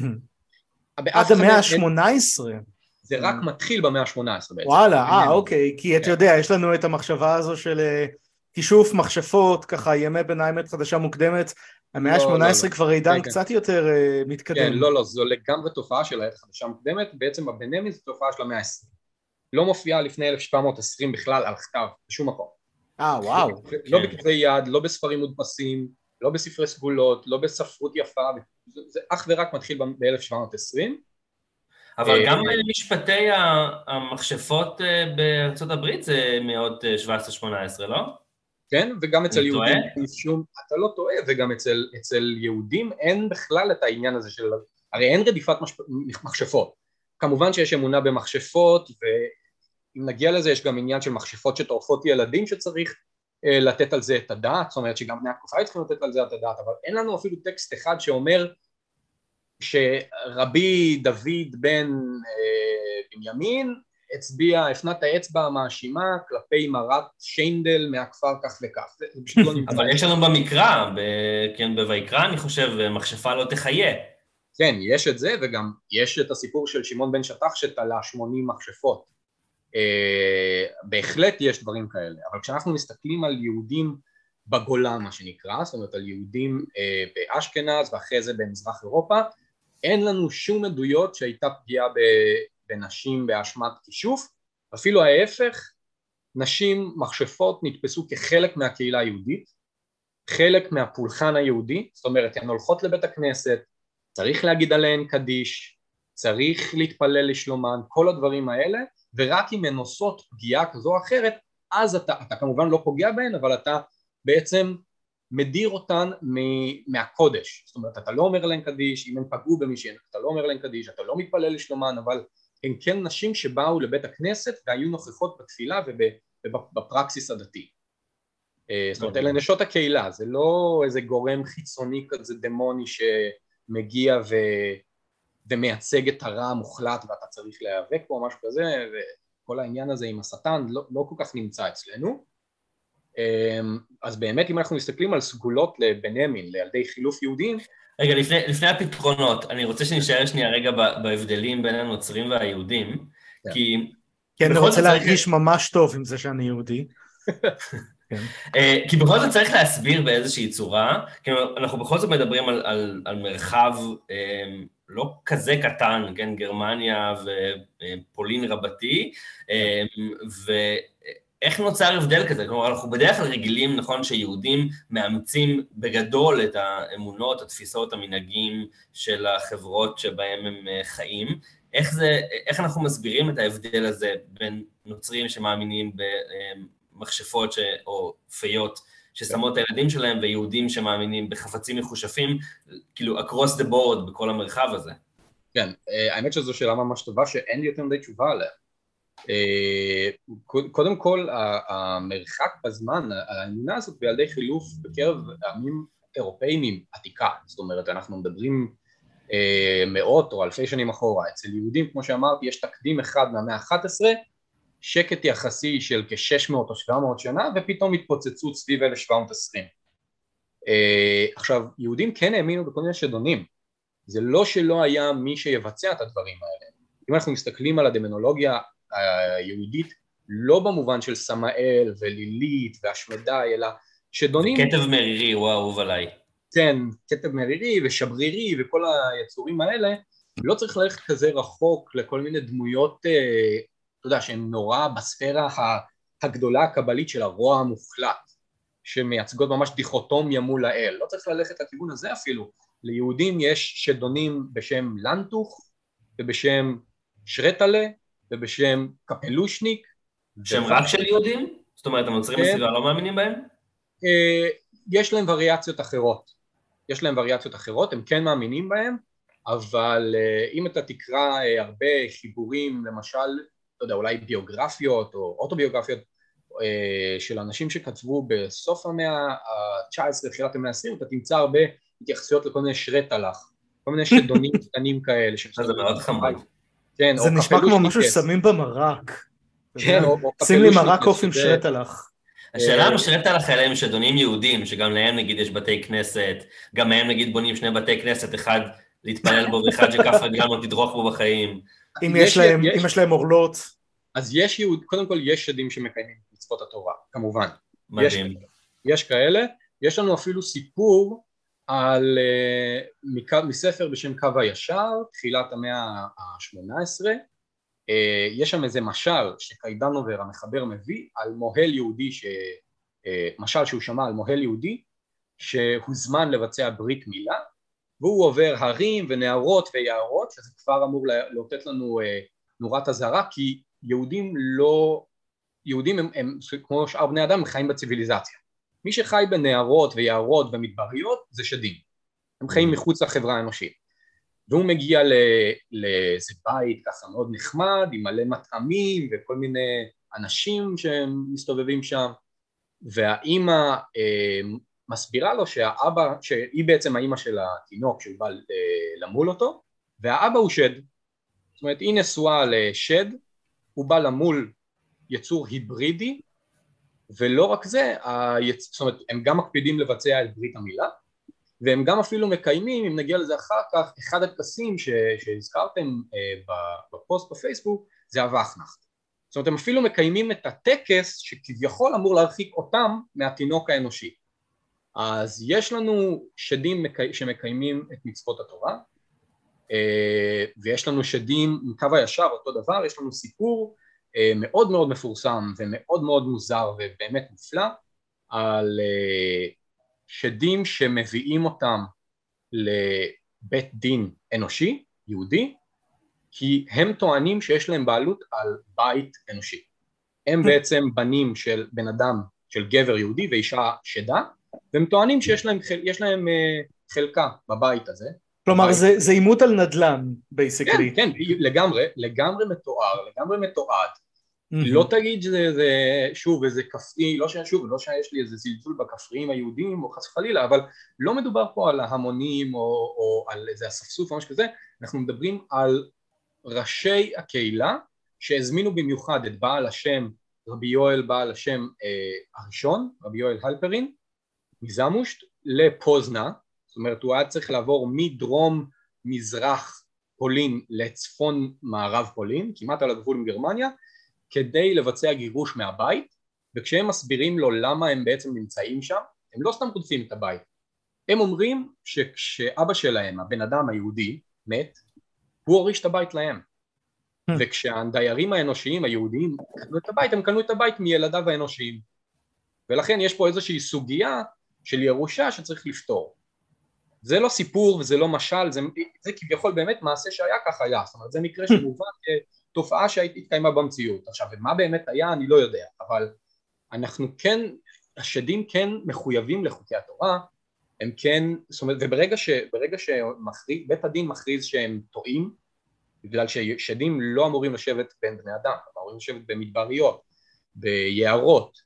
עד המאה ה-שמונה עשרה? זה רק מתחיל במאה ה-שמונה עשרה בעצם. וואלה, אה, אוקיי, כי אתה יודע, יש לנו את המחשבה הזו של כישוף מחשפות, ככה ימי ביניים חדשה מוקדמת, המאה ה-שמונה עשרה כבר עידן קצת יותר מתקדם. כן, לא, לא, זו לגמרי תופעה של העת חדשה מוקדמת, בעצם הבינמי זו תופעה של המאה ה-עשרים. לא מופיעה לפני אלף שבע מאות עשרים בכלל על כתב, בשום מקום. אה, וואו. לא בכתבי יד, לא בספרים מודפסים, לא בספרי סגולות, לא בספרות יפה, זה אך ורק מתחיל ב-אלף שבע מאות עשרים. אבל גם משפטי המכשפות בארצות הברית זה מעוד שבע עשרה שמונה עשרה, לא? כן, וגם אצל יהודים, אתה לא טועה, וגם אצל יהודים אין בכלל את העניין הזה של, הרי אין רדיפת מכשפות. כמובן שיש אמונה במכשפות, ואם נגיע לזה יש גם עניין של מכשפות שטורפות ילדים שצריך לתת על זה את הדעת, זאת אומרת שגם בני התקופה צריכים לתת על זה את הדעת, אבל אין לנו אפילו טקסט אחד שאומר שרבי דוד בן בנימין הצביע, הפנה את האצבע המאשימה כלפי מרת שיינדל מהכפר כך וכך. זה פשוט לא נמצא. אבל יש לנו במקרא, כן, בויקרא, אני חושב, מכשפה לא תחיה. כן, יש את זה, וגם יש את הסיפור של שמעון בן שטח שתלה שמונים מכשפות. בהחלט יש דברים כאלה, אבל כשאנחנו מסתכלים על יהודים בגולה, מה שנקרא, זאת אומרת על יהודים באשכנז ואחרי זה במזרח אירופה, אין לנו שום עדויות שהייתה פגיעה בנשים באשמת כישוף, אפילו ההפך, נשים מכשפות נתפסו כחלק מהקהילה היהודית, חלק מהפולחן היהודי, זאת אומרת הן הולכות לבית הכנסת, צריך להגיד עליהן קדיש, צריך להתפלל לשלומן, כל הדברים האלה, ורק אם הן עושות פגיעה כזו או אחרת, אז אתה, אתה כמובן לא פוגע בהן, אבל אתה בעצם מדיר אותן מהקודש, זאת אומרת אתה לא אומר להן קדיש, אם הן פגעו במישהן, אתה לא אומר להן קדיש, אתה לא מתפלל לשלומן, אבל הן כן נשים שבאו לבית הכנסת והיו נוכחות בתפילה ובפרקסיס הדתי. זאת אומרת אלה נשות הקהילה, זה לא איזה גורם חיצוני כזה דמוני שמגיע ו... ומייצג את הרע המוחלט ואתה צריך להיאבק פה או משהו כזה, וכל העניין הזה עם השטן לא, לא כל כך נמצא אצלנו. אז באמת אם אנחנו מסתכלים על סגולות לבנימין, לילדי חילוף יהודים, רגע, לפני, לפני הפתרונות, אני רוצה שנשאר שנייה רגע בהבדלים בין הנוצרים והיהודים, כן. כי... כן, אני רוצה להרגיש ממש טוב עם זה שאני יהודי. כן. כי בכל זאת צריך להסביר באיזושהי צורה, כי אנחנו בכל זאת מדברים על, על, על מרחב לא כזה קטן, כן, גרמניה ופולין רבתי, ו... איך נוצר הבדל כזה? כלומר, אנחנו בדרך כלל רגילים, נכון, שיהודים מאמצים בגדול את האמונות, התפיסות, המנהגים של החברות שבהם הם חיים. איך זה, איך אנחנו מסבירים את ההבדל הזה בין נוצרים שמאמינים במכשפות ש... או פיות ששמות את הילדים שלהם, ויהודים שמאמינים בחפצים מחושפים, כאילו across the board בכל המרחב הזה? כן, האמת שזו שאלה ממש טובה שאין לי יותר מדי תשובה עליה. קודם כל המרחק בזמן, האמונה הזאת בילדי חילוף בקרב עמים אירופאים היא עתיקה, זאת אומרת אנחנו מדברים מאות או אלפי שנים אחורה, אצל יהודים כמו שאמרתי יש תקדים אחד מהמאה ה-אחת עשרה, שקט יחסי של כ-שש מאות או שבע מאות שנה ופתאום התפוצצות סביב אלף שבע מאות ועשרים. עכשיו יהודים כן האמינו בכל מיני שדונים, זה לא שלא היה מי שיבצע את הדברים האלה, אם אנחנו מסתכלים על הדמונולוגיה היהודית, לא במובן של סמאל ולילית והשמדי, אלא שדונים... כתב מרירי, וואו, אהוב עליי. כן, כתב מרירי ושברירי וכל היצורים האלה, לא צריך ללכת כזה רחוק לכל מיני דמויות, אתה יודע, שהן נורא בספירה הגדולה הקבלית של הרוע המוחלט, שמייצגות ממש דיכוטומיה מול האל, לא צריך ללכת לכיוון הזה אפילו, ליהודים יש שדונים בשם לנטוך ובשם שרטלה, ובשם קפלושניק. שהם רק של יהודים? זאת אומרת, הנוצרים בסביבה לא מאמינים בהם? יש להם וריאציות אחרות. יש להם וריאציות אחרות, הם כן מאמינים בהם, אבל אם אתה תקרא הרבה חיבורים, למשל, לא יודע, אולי ביוגרפיות או אוטוביוגרפיות של אנשים שכתבו בסוף המאה ה-תשע עשרה, תחילת המאה ה-עשרים, אתה תמצא הרבה התייחסויות לכל מיני שרטלך, כל מיני שדונים קטנים כאלה. זה מאוד חמוד. כן, זה נשמע כמו משהו ששמים במרק. כן, שים לי מרק קוף עם שרטלך. השאלה אם שרטלך האלה הם שדונים יהודים, שגם להם נגיד יש בתי כנסת, גם להם נגיד בונים שני בתי כנסת, אחד להתפלל בו ואחד שכף רגלם לא תדרוך בו בחיים. אם יש להם אורלות. אז יש יהוד, קודם כל יש שדים שמקיימים מצוות התורה, כמובן. מדהים. יש כאלה, יש לנו אפילו סיפור, על uh, מספר בשם קו הישר, תחילת המאה ה-שמונה עשרה, uh, יש שם איזה משל שקיידנובר המחבר מביא על מוהל יהודי, ש, uh, משל שהוא שמע על מוהל יהודי שהוזמן לבצע ברית מילה, והוא עובר הרים ונערות ויערות, שזה כבר אמור לאותת לנו uh, נורת אזהרה, כי יהודים לא, יהודים הם, הם כמו שאר בני אדם חיים בציביליזציה, מי שחי בנערות ויערות ומדבריות זה שדים, הם חיים מחוץ לחברה האנושית, והוא מגיע לאיזה בית ככה מאוד נחמד, עם מלא מטעמים וכל מיני אנשים שמסתובבים שם, והאימא מסבירה לו שהאבא, שהיא בעצם האמא של התינוק שהוא בא למול אותו, והאבא הוא שד. זאת אומרת, היא נשואה לשד, הוא בא למול יצור היברידי, ולא רק זה, היצ... זאת אומרת, הם גם מקפידים לבצע את ברית המילה, והם גם אפילו מקיימים, אם נגיע לזה אחר כך, אחד הטקסים ש... שהזכרתם אה, בפוסט בפייסבוק, זה הוואכנחט. זאת אומרת, הם אפילו מקיימים את הטקס שכביכול אמור להרחיק אותם מהתינוק האנושי. אז יש לנו שדים מקי... שמקיימים את מצוות התורה, אה, ויש לנו שדים מקו הישר, אותו דבר, יש לנו סיפור, מאוד מאוד מפורסם ומאוד מאוד מוזר ובאמת מופלא על שדים שמביאים אותם לבית דין אנושי, יהודי, כי הם טוענים שיש להם בעלות על בית אנושי. הם בעצם בנים של בן אדם, של גבר יהודי ואישה שדה, והם טוענים שיש להם, יש להם חלקה בבית הזה. כלומר, זה, זה אימות על נדל"ן, basically. כן, כן, לגמרי, לגמרי מתואר, לגמרי מתועד. Mm-hmm. לא תגיד שזה, זה, שוב, איזה כפרי, לא שוב, לא שיש לי איזה זלזול בכפריים היהודים או חס וחלילה, אבל לא מדובר פה על ההמונים או, או על איזה אספסוף או משהו כזה, אנחנו מדברים על ראשי הקהילה שהזמינו במיוחד את בעל השם, רבי יואל בעל השם אה, הראשון, רבי יואל הלפרין, מזמושט, לפוזנה, זאת אומרת, הוא היה צריך לעבור מדרום מזרח פולין לצפון מערב פולין, כמעט על הגבול עם גרמניה, כדי לבצע גירוש מהבית, וכשהם מסבירים לו למה הם בעצם נמצאים שם, הם לא סתם רודפים את הבית. הם אומרים שכשאבא שלהם, הבן אדם היהודי, מת, הוא הוריש את הבית להם. וכשהדיירים האנושיים, היהודים, קנו את הבית, הם קנו את הבית מילדיו האנושיים. ולכן יש פה איזושהי סוגיה של ירושה שצריך לפתור. זה לא סיפור וזה לא משל, זה, זה כביכול באמת מעשה שהיה כך היה, זאת אומרת זה מקרה שמובן כתופעה שהתקיימה במציאות. עכשיו, ומה באמת היה אני לא יודע, אבל אנחנו כן, השדים כן מחויבים לחוקי התורה, הם כן, זאת אומרת, וברגע ש, ברגע שמכריז, בית הדין מכריז שהם טועים, בגלל ששדים לא אמורים לשבת בין בני אדם, אמורים לשבת במדבריות, ביערות,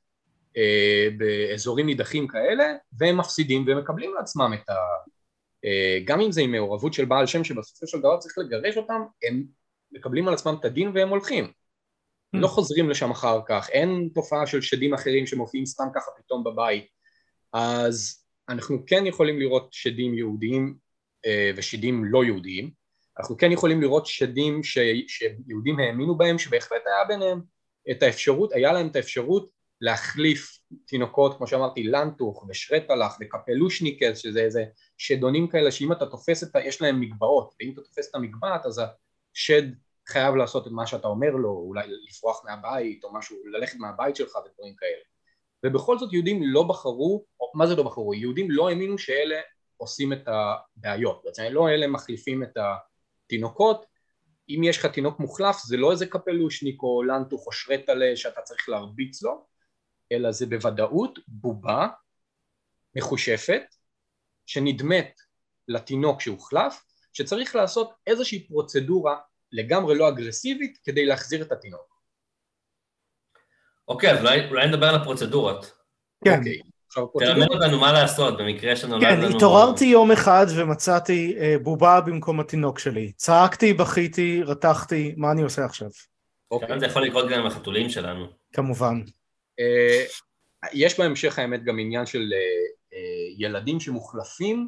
באזורים נידחים כאלה, והם מפסידים ומקבלים לעצמם את ה... גם אם זה עם מעורבות של בעל שם שבסופו של דבר צריך לגרש אותם, הם מקבלים על עצמם את הדין והם הולכים. לא חוזרים לשם אחר כך, אין תופעה של שדים אחרים שמופיעים סתם ככה פתאום בבית. אז אנחנו כן יכולים לראות שדים יהודיים ושדים לא יהודיים, אנחנו כן יכולים לראות שדים ש... שיהודים האמינו בהם, שבהחלט היה ביניהם את האפשרות, היה להם את האפשרות להחליף תינוקות, כמו שאמרתי, לנטוך ושרטלח וקפלושניקס, שזה איזה שדונים כאלה, שאם אתה תופס את ה... יש להם מגבעות, ואם אתה תופס את המגבעת, אז השד חייב לעשות את מה שאתה אומר לו, אולי לפרוח מהבית, או משהו, ללכת מהבית שלך ודברים כאלה. ובכל זאת יהודים לא בחרו, או מה זה לא בחרו? יהודים לא האמינו שאלה עושים את הבעיות, בעצם לא אלה מחליפים את התינוקות, אם יש לך תינוק מוחלף, זה לא איזה קפלושניק או לנטוך או שרטלה שאתה צריך להרביץ לו, אלא זה בוודאות בובה מחושפת, שנדמת לתינוק שהוחלף, שצריך לעשות איזושהי פרוצדורה לגמרי לא אגרסיבית, כדי להחזיר את התינוק. אוקיי, אז אולי, אולי נדבר על הפרוצדורות. כן. אוקיי. תלמד אותנו מה לעשות במקרה שנולד כן, לנו... כן, התעוררתי יום אחד ומצאתי אה, בובה במקום התינוק שלי. צעקתי, בכיתי, רתחתי, מה אני עושה עכשיו? אוקיי. זה יכול לקרות גם עם החתולים שלנו. כמובן. אה, יש בהמשך האמת גם עניין של אה, ילדים שמוחלפים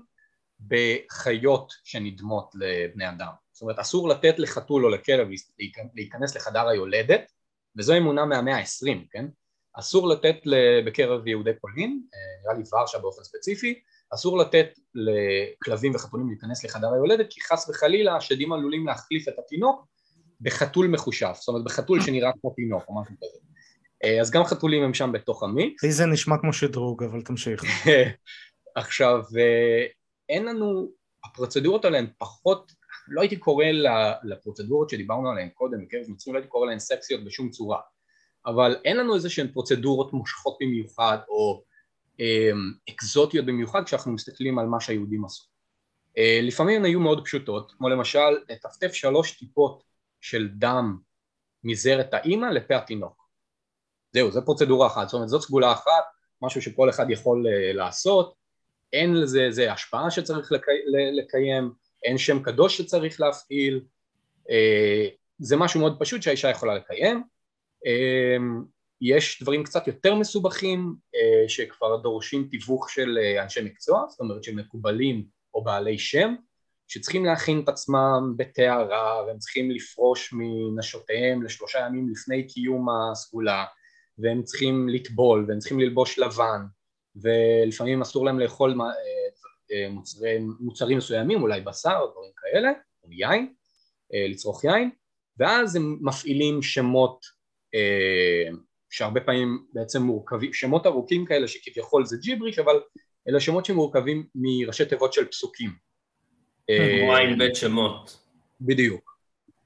בחיות שנדמות לבני אדם. זאת אומרת, אסור לתת לחתול או לכלב להיכנס לחדר היולדת, וזו אמונה מהמאה ה-עשרים, כן? אסור לתת בקרב יהודי פולין, נראה לי ורשה באופן ספציפי, אסור לתת לכלבים וחתולים להיכנס לחדר היולדת, כי חס וחלילה השדים עלולים להחליף את התינוק בחתול מחושף, זאת אומרת בחתול שנראה כמו תינוק או משהו כזה. אז גם חתולים הם שם בתוך המיקס. לי זה נשמע כמו שדרוג, אבל תמשיך. עכשיו, אין לנו, הפרוצדורות עליהן פחות, לא הייתי קורא לפרוצדורות שדיברנו עליהן קודם, בקרב מצרים לא הייתי קורא להן סקסיות בשום צורה. אבל אין לנו איזה שהן פרוצדורות מושכות במיוחד או אה, אקזוטיות במיוחד כשאנחנו מסתכלים על מה שהיהודים עשו. אה, לפעמים הן היו מאוד פשוטות, כמו למשל לטפטף שלוש טיפות של דם מזרת האמא לפה התינוק. זהו, זו פרוצדורה אחת, זאת אומרת זאת סגולה אחת, משהו שכל אחד יכול אה, לעשות, אין לזה זה השפעה שצריך לקיים, אין שם קדוש שצריך להפעיל, זה משהו מאוד פשוט שהאישה יכולה לקיים. יש דברים קצת יותר מסובכים שכבר דורשים תיווך של אנשי מקצוע, זאת אומרת שמקובלים או בעלי שם, שצריכים להכין את עצמם בתארה, והם צריכים לפרוש מנשותיהם לשלושה ימים לפני קיום הסגולה, והם צריכים לטבול, והם צריכים ללבוש לבן, ולפעמים אסור להם לאכול מוצרים, מוצרים מסוימים, אולי בשר או דברים כאלה, או יין, לצרוך יין, ואז הם מפעילים שמות שהרבה פעמים בעצם מורכבים, שמות ארוכים כאלה שכביכול זה ג'יבריש, אבל אלה שמות שמורכבים מראשי תיבות של פסוקים. כמו עין בית שמות. בדיוק.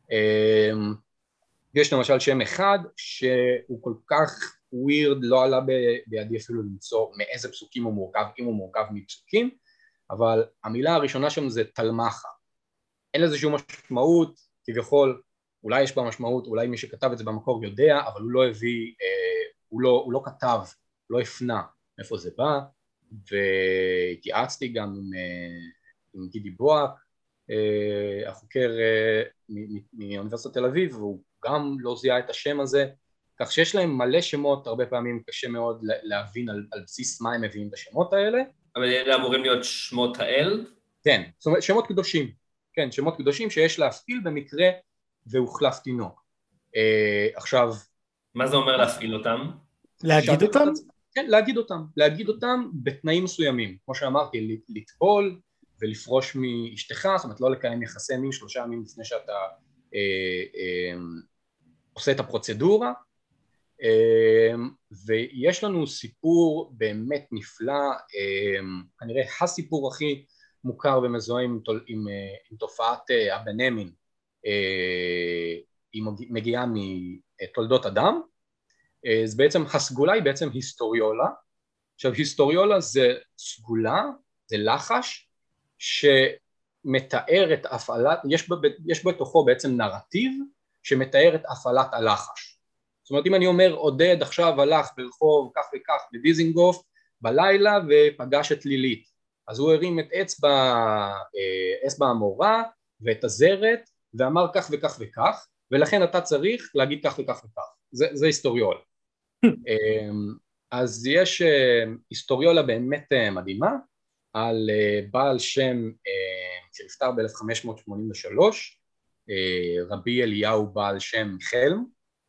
יש למשל שם אחד שהוא כל כך ווירד, לא עלה בידי אפילו למצוא מאיזה פסוקים הוא מורכב, אם הוא מורכב מפסוקים, אבל המילה הראשונה שם זה תלמחה. אין לזה שום משמעות, כביכול, אולי יש בה משמעות, אולי מי שכתב את זה במקור יודע, אבל הוא לא הביא, הוא לא, הוא לא כתב, לא הפנה איפה זה בא, והתייעצתי גם עם, עם גידי בוהק, החוקר מאוניברסיטת תל אביב, והוא גם לא זיהה את השם הזה, כך שיש להם מלא שמות, הרבה פעמים קשה מאוד להבין על, על בסיס מה הם מביאים את השמות האלה. אבל אלה אמורים להיות שמות האל? כן, זאת אומרת, שמות קדושים, כן, שמות קדושים שיש להפעיל במקרה והוחלף תינוק. עכשיו... מה זה אומר להפעיל אותם? להגיד אותם? כן, להגיד אותם, להגיד אותם בתנאים מסוימים, כמו שאמרתי, לטבול ולפרוש מאשתך, זאת אומרת לא לקיים יחסי מין שלושה ימים לפני שאתה אה, אה, עושה את הפרוצדורה, אה, ויש לנו סיפור באמת נפלא, אה, כנראה הסיפור הכי מוכר ומזוהה עם, עם, עם תופעת הבנמין, אה, היא מגיעה מתולדות אדם, אז בעצם הסגולה היא בעצם היסטוריולה. עכשיו היסטוריולה זה סגולה, זה לחש שמתאר את הפעלת, יש, יש בתוכו בעצם נרטיב שמתאר את הפעלת הלחש. זאת אומרת אם אני אומר עודד עכשיו הלך ברחוב כך וכך בדיזינגוף בלילה ופגש את לילית, אז הוא הרים את אצבע, אצבע המורה ואת הזרת ואמר כך וכך וכך, ולכן אתה צריך להגיד כך וכך וכך. זה, זה היסטוריול. אז יש היסטוריולה באמת מדהימה על בעל שם שנפטר ב-אלף חמש מאות שמונים ושלוש, רבי אליהו בעל שם חלם,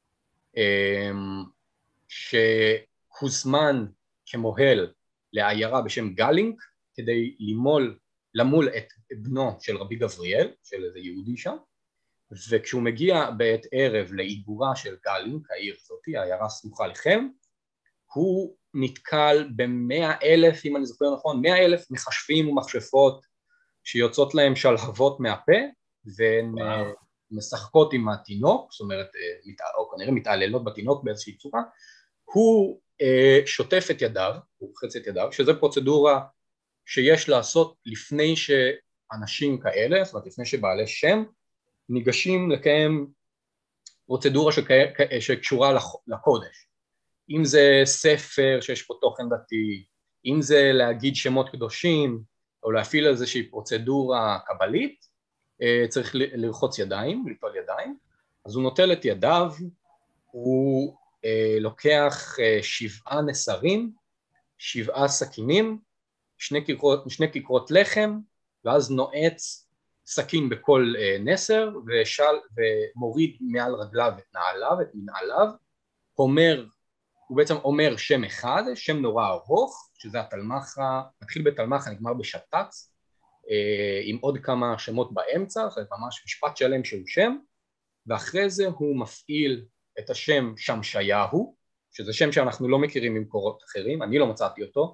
שהוזמן כמוהל לעיירה בשם גלינק כדי למול, למול את בנו של רבי גבריאל, של איזה יהודי שם, וכשהוא מגיע בעת ערב לעיגורה של גלינק, העיר זאתי, העיירה סמוכה לכם, הוא נתקל במאה אלף, אם אני זוכר נכון, מאה אלף מחשבים ומכשפות שיוצאות להם שלהבות מהפה, והן וואו. משחקות עם התינוק, זאת אומרת, או כנראה מתעללות בתינוק באיזושהי צורה, הוא שוטף את ידיו, הוא רוחץ את ידיו, שזו פרוצדורה שיש לעשות לפני שאנשים כאלה, זאת אומרת לפני שבעלי שם, ניגשים לקיים פרוצדורה שקשורה לקודש, אם זה ספר שיש פה תוכן דתי, אם זה להגיד שמות קדושים, או להפעיל איזושהי פרוצדורה קבלית, צריך לרחוץ ידיים, ליטול ידיים, אז הוא נוטל את ידיו, הוא לוקח שבעה נסרים, שבעה סכינים, שני כיכרות, שני כיכרות לחם, ואז נועץ סכין בכל נסר, ושל, ומוריד מעל רגליו את נעליו, את מנעליו, אומר, הוא בעצם אומר שם אחד, שם נורא ארוך, שזה התלמחה, מתחיל בתלמחה, נגמר בשטץ, עם עוד כמה שמות באמצע, זה ממש משפט שלם שהוא שם, ואחרי זה הוא מפעיל את השם שמשיהו, שזה שם שאנחנו לא מכירים ממקורות אחרים, אני לא מצאתי אותו,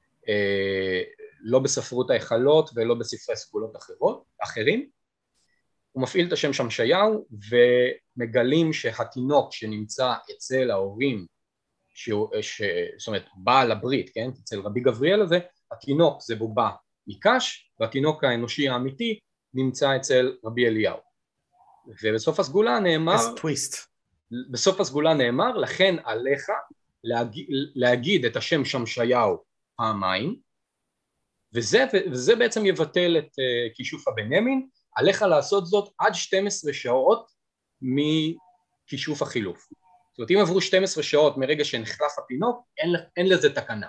לא בספרות ההיכלות ולא בספרי סגולות אחרות, אחרים, הוא מפעיל את השם שמשיהו ומגלים שהתינוק שנמצא אצל ההורים, שהוא, ש, זאת אומרת בעל הברית, כן, אצל רבי גבריאל הזה, התינוק זה בובה מקש, והתינוק האנושי האמיתי נמצא אצל רבי אליהו. ובסוף הסגולה נאמר, בסוף הסגולה נאמר, לכן עליך להגיד, להגיד את השם שמשיהו פעמיים, וזה, וזה בעצם יבטל את uh, כישוף הבנימין, עליך לעשות זאת עד שתים עשרה שעות מכישוף החילוף. זאת אומרת, אם עברו שתים עשרה שעות מרגע שנחלף התינוק, אין, אין לזה תקנה.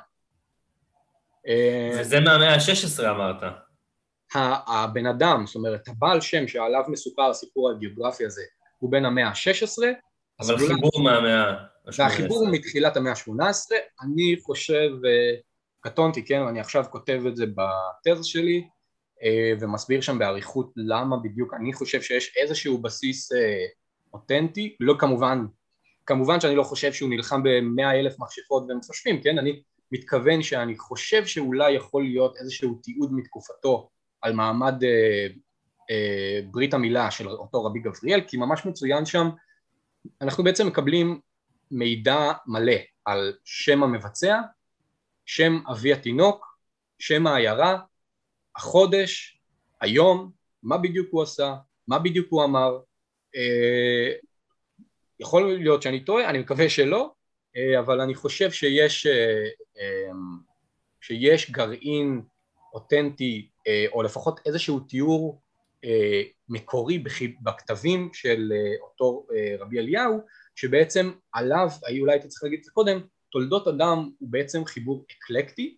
וזה מהמאה ה-שש עשרה אמרת. הבן אדם, זאת אומרת, הבעל שם שעליו מסופר הסיפור הגיאוגרפי הזה, הוא בין המאה ה-שש עשרה, אבל חיבור מהמאה ה-שמונה עשרה. והחיבור הוא מתחילת המאה ה-שמונה עשרה, אני חושב, קטונתי, כן, אני עכשיו כותב את זה בתזה שלי, ומסביר שם בעריכות למה בדיוק אני חושב שיש איזשהו בסיס אותנטי, לא כמובן, כמובן שאני לא חושב שהוא נלחם ב-מאה אלף מכשפות ומפשפים, כן, אני מתכוון שאני חושב שאולי יכול להיות איזשהו תיעוד מתקופתו על מעמד אה, אה, ברית המילה של אותו רבי גבריאל, כי ממש מצוין שם, אנחנו בעצם מקבלים מידע מלא על שם המבצע, שם אבי התינוק, שם העיירה, החודש, היום, מה בדיוק הוא עשה, מה בדיוק הוא אמר, אה, יכול להיות שאני טועה, אני מקווה שלא, אה, אבל אני חושב שיש, אה, אה, שיש גרעין אותנטי, אה, או לפחות איזשהו תיאור אה, מקורי בכתבים של אה, אותו אה, רבי אליהו, שבעצם עליו, אולי הייתי צריך להגיד את זה קודם, תולדות אדם הוא בעצם חיבור אקלקטי,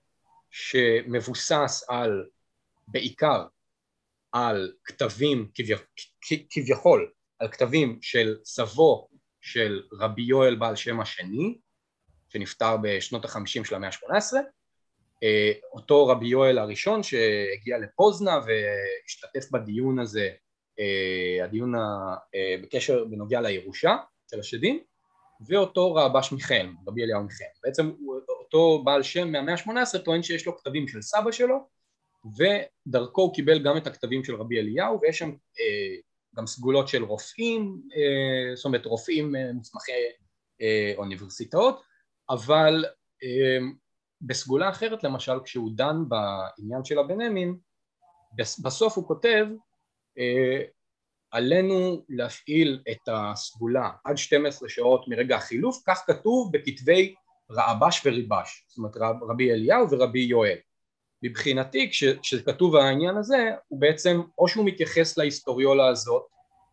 שמבוסס על, בעיקר על כתבים כביכול, על כתבים של סבו של רבי יואל בעל שם השני, שנפטר בשנות החמישים של המאה ה-שמונה עשרה, אותו רבי יואל הראשון שהגיע לפוזנה והשתתף בדיון הזה, הדיון בקשר בנוגע לירושה של השדים, ואותו רבש מיכאל, רבי אליהו מיכאל. בעצם אותו בעל שם מהמאה ה-שמונה עשרה טוען שיש לו כתבים של סבא שלו, ודרכו הוא קיבל גם את הכתבים של רבי אליהו, ויש שם אה, גם סגולות של רופאים, אה, זאת אומרת רופאים אה, מוסמכי אה, אוניברסיטאות, אבל אה, בסגולה אחרת למשל כשהוא דן בעניין של הבנימין, בסוף הוא כותב, אה, עלינו להפעיל את הסגולה עד שתים עשרה שעות מרגע החילוף, כך כתוב בכתבי רעבש וריבש, זאת אומרת רבי אליהו ורבי יואל. מבחינתי כש, כשכתוב העניין הזה, הוא בעצם או שהוא מתייחס להיסטוריולה הזאת,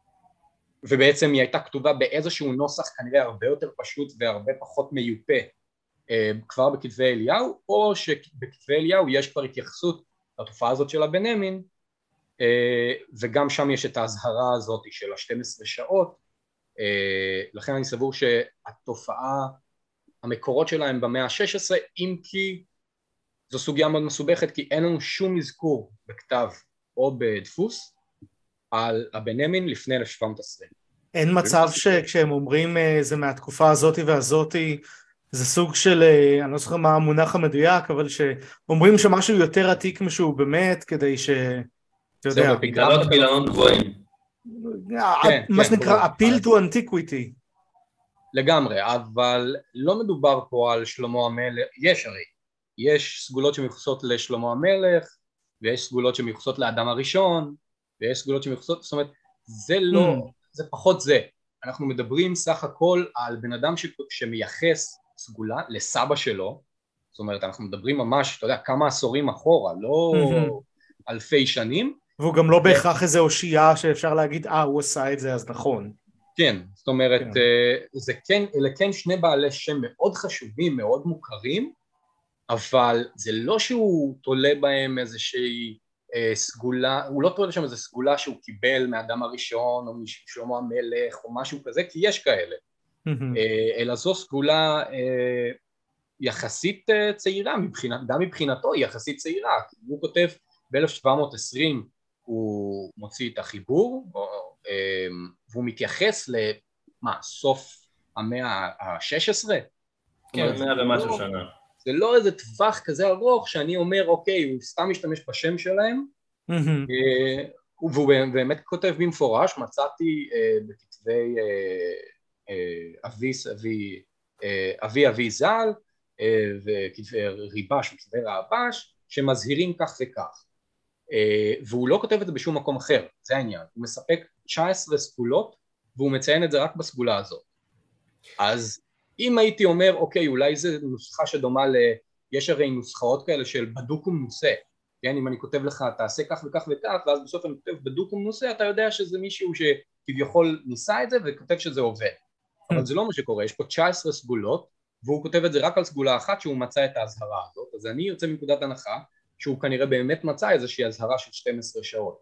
ובעצם היא הייתה כתובה באיזשהו נוסח כנראה הרבה יותר פשוט והרבה פחות מיופה אה, כבר בכתבי אליהו, או שבכתבי אליהו יש כבר התייחסות לתופעה הזאת של הבנימין, וגם שם יש את ההזהרה הזאת של ה-שתים עשרה שעות, לכן אני סבור שהתופעה, המקורות שלה הם במאה ה-שש עשרה, אם כי זו סוגיה מאוד מסובכת, כי אין לנו שום אזכור בכתב או בדפוס על הבנימין לפני אלף שבע מאות עשרים. אין מצב שכשהם אומרים זה מהתקופה הזאת והזאת, זה סוג של, אני לא זוכר מה המונח המדויק, אבל שאומרים שמשהו יותר עתיק משהו באמת, כדי ש... אתה יודע, בגללות גילנות גבוהים. מה שנקרא appeal to antiquity. לגמרי, אבל לא מדובר פה על שלמה המלך, יש הרי, יש סגולות שמיוחסות לשלמה המלך, ויש סגולות שמיוחסות לאדם הראשון, ויש סגולות שמיוחסות, זאת אומרת, זה לא, זה פחות זה. אנחנו מדברים סך הכל על בן אדם שמייחס סגולה לסבא שלו, זאת אומרת, אנחנו מדברים ממש, אתה יודע, כמה עשורים אחורה, לא אלפי שנים, והוא גם לא בהכרח איזה אושייה שאפשר להגיד, אה, הוא עשה את זה, אז נכון. כן, זאת אומרת, כן. זה כן, אלה כן שני בעלי שם מאוד חשובים, מאוד מוכרים, אבל זה לא שהוא תולה בהם איזושהי אה, סגולה, הוא לא תולה שם איזו סגולה שהוא קיבל מהאדם הראשון, או משלמה המלך, או משהו כזה, כי יש כאלה. אה, אלא זו סגולה אה, יחסית אה, צעירה, מבחינת, גם מבחינתו היא יחסית צעירה, הוא כותב ב-אלף שבע מאות ועשרים, הוא מוציא את החיבור, והוא מתייחס למה, סוף המאה ה-שש עשרה? כן, מאה ומשהו שנה. זה לא איזה טווח כזה ארוך שאני אומר, אוקיי, הוא סתם משתמש בשם שלהם, והוא באמת כותב במפורש, מצאתי בכתבי אבי אבי ז"ל, וכתבי ריבש וכתבי רעבש, שמזהירים כך וכך. והוא לא כותב את זה בשום מקום אחר, זה העניין, הוא מספק תשע עשרה סגולות והוא מציין את זה רק בסגולה הזאת. אז אם הייתי אומר אוקיי אולי זה נוסחה שדומה יש הרי נוסחאות כאלה של בדוק ומנוסה, כן, אם אני כותב לך תעשה כך וכך וכך, ואז בסוף אני כותב בדוק ומנוסה, אתה יודע שזה מישהו שכביכול ניסה את זה וכותב שזה עובד, אבל זה לא מה שקורה, יש פה תשע עשרה סגולות, והוא כותב את זה רק על סגולה אחת שהוא מצא את ההזהרה הזאת, אז אני יוצא מנקודת הנחה שהוא כנראה באמת מצא איזושהי הזהרה של שתים עשרה שעות.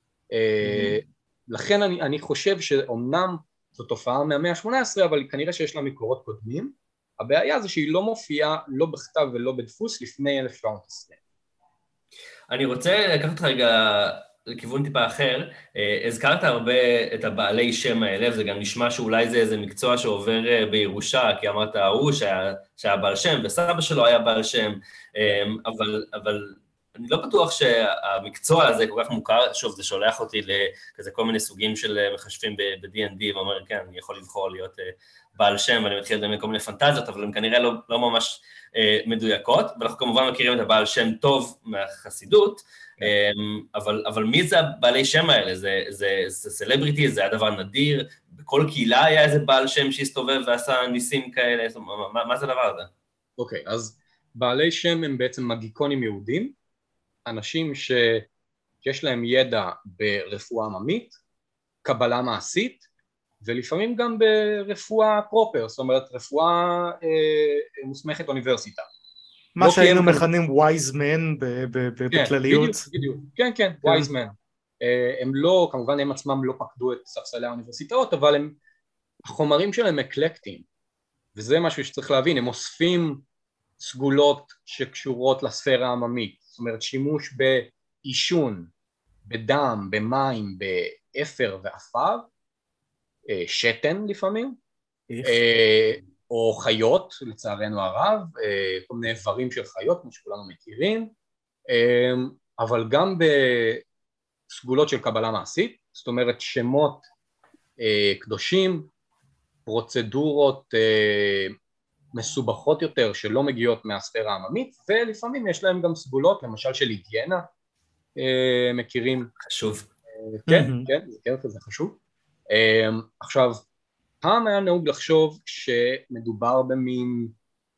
לכן אני, אני חושב שאומנם זו תופעה מהמאה ה-שמונה עשרה, אבל כנראה שיש לה מקורות קודמים, הבעיה זה שהיא לא מופיעה לא בכתב ולא בדפוס לפני אלף שבע מאות ועשרים. אני רוצה לקחת אותך רגע לכיוון טיפה אחר, הזכרת הרבה את הבעלי שם האלה, וזה גם נשמע שאולי זה איזה מקצוע שעובר בירושה, כי אמרת ההוא שהיה, שהיה בעל שם, וסבא שלו היה בעל שם, אבל, אבל אני לא בטוח שהמקצוע הזה כל כך מוכר, שוב, זה שולח אותי לכזה כל מיני סוגים של מחשבים ב-די אנד די, ואומר, כן, אני יכול לבחור להיות בעל שם, ואני מתחיל לדמיין כל מיני פנטזיות, אבל הן כנראה לא, לא ממש מדויקות, ואנחנו כמובן מכירים את הבעל שם טוב מהחסידות, אבל, אבל מי זה הבעלי שם האלה? זה, זה, זה סלבריטי, זה היה דבר נדיר, בכל קהילה היה איזה בעל שם שהסתובב ועשה ניסים כאלה, מה, מה זה הדבר הזה? אוקיי, okay, אז בעלי שם הם בעצם מגיקונים יהודים, אנשים שיש להם ידע ברפואה עממית, קבלה מעשית, ולפעמים גם ברפואה פרופר, זאת אומרת רפואה אה, מוסמכת אוניברסיטה. מה לא שהיינו הם... מכנים wise men כן, בכלליות. בדיוק, בדיוק. כן, כן, כן. wise men. אה, הם לא, כמובן הם עצמם לא פקדו את ספסלי האוניברסיטאות, אבל הם, החומרים שלהם אקלקטיים, וזה משהו שצריך להבין, הם אוספים סגולות שקשורות לספירה העממית, זאת אומרת שימוש באישון, בדם, במים, באפר ואפר, שתן לפעמים, או חיות לצערנו הרב, כל מיני איברים של חיות כמו שכולנו מכירים, אבל גם בסגולות של קבלה מעשית, זאת אומרת שמות קדושים, פרוצדורות מסובכות יותר שלא מגיעות מהספירה העממית, ולפעמים יש להם גם סגולות, למשל של היגיינה, מכירים. חשוב. כן, כן, זה כן, זה חשוב. עכשיו, פעם היה נהוג לחשוב שמדובר במין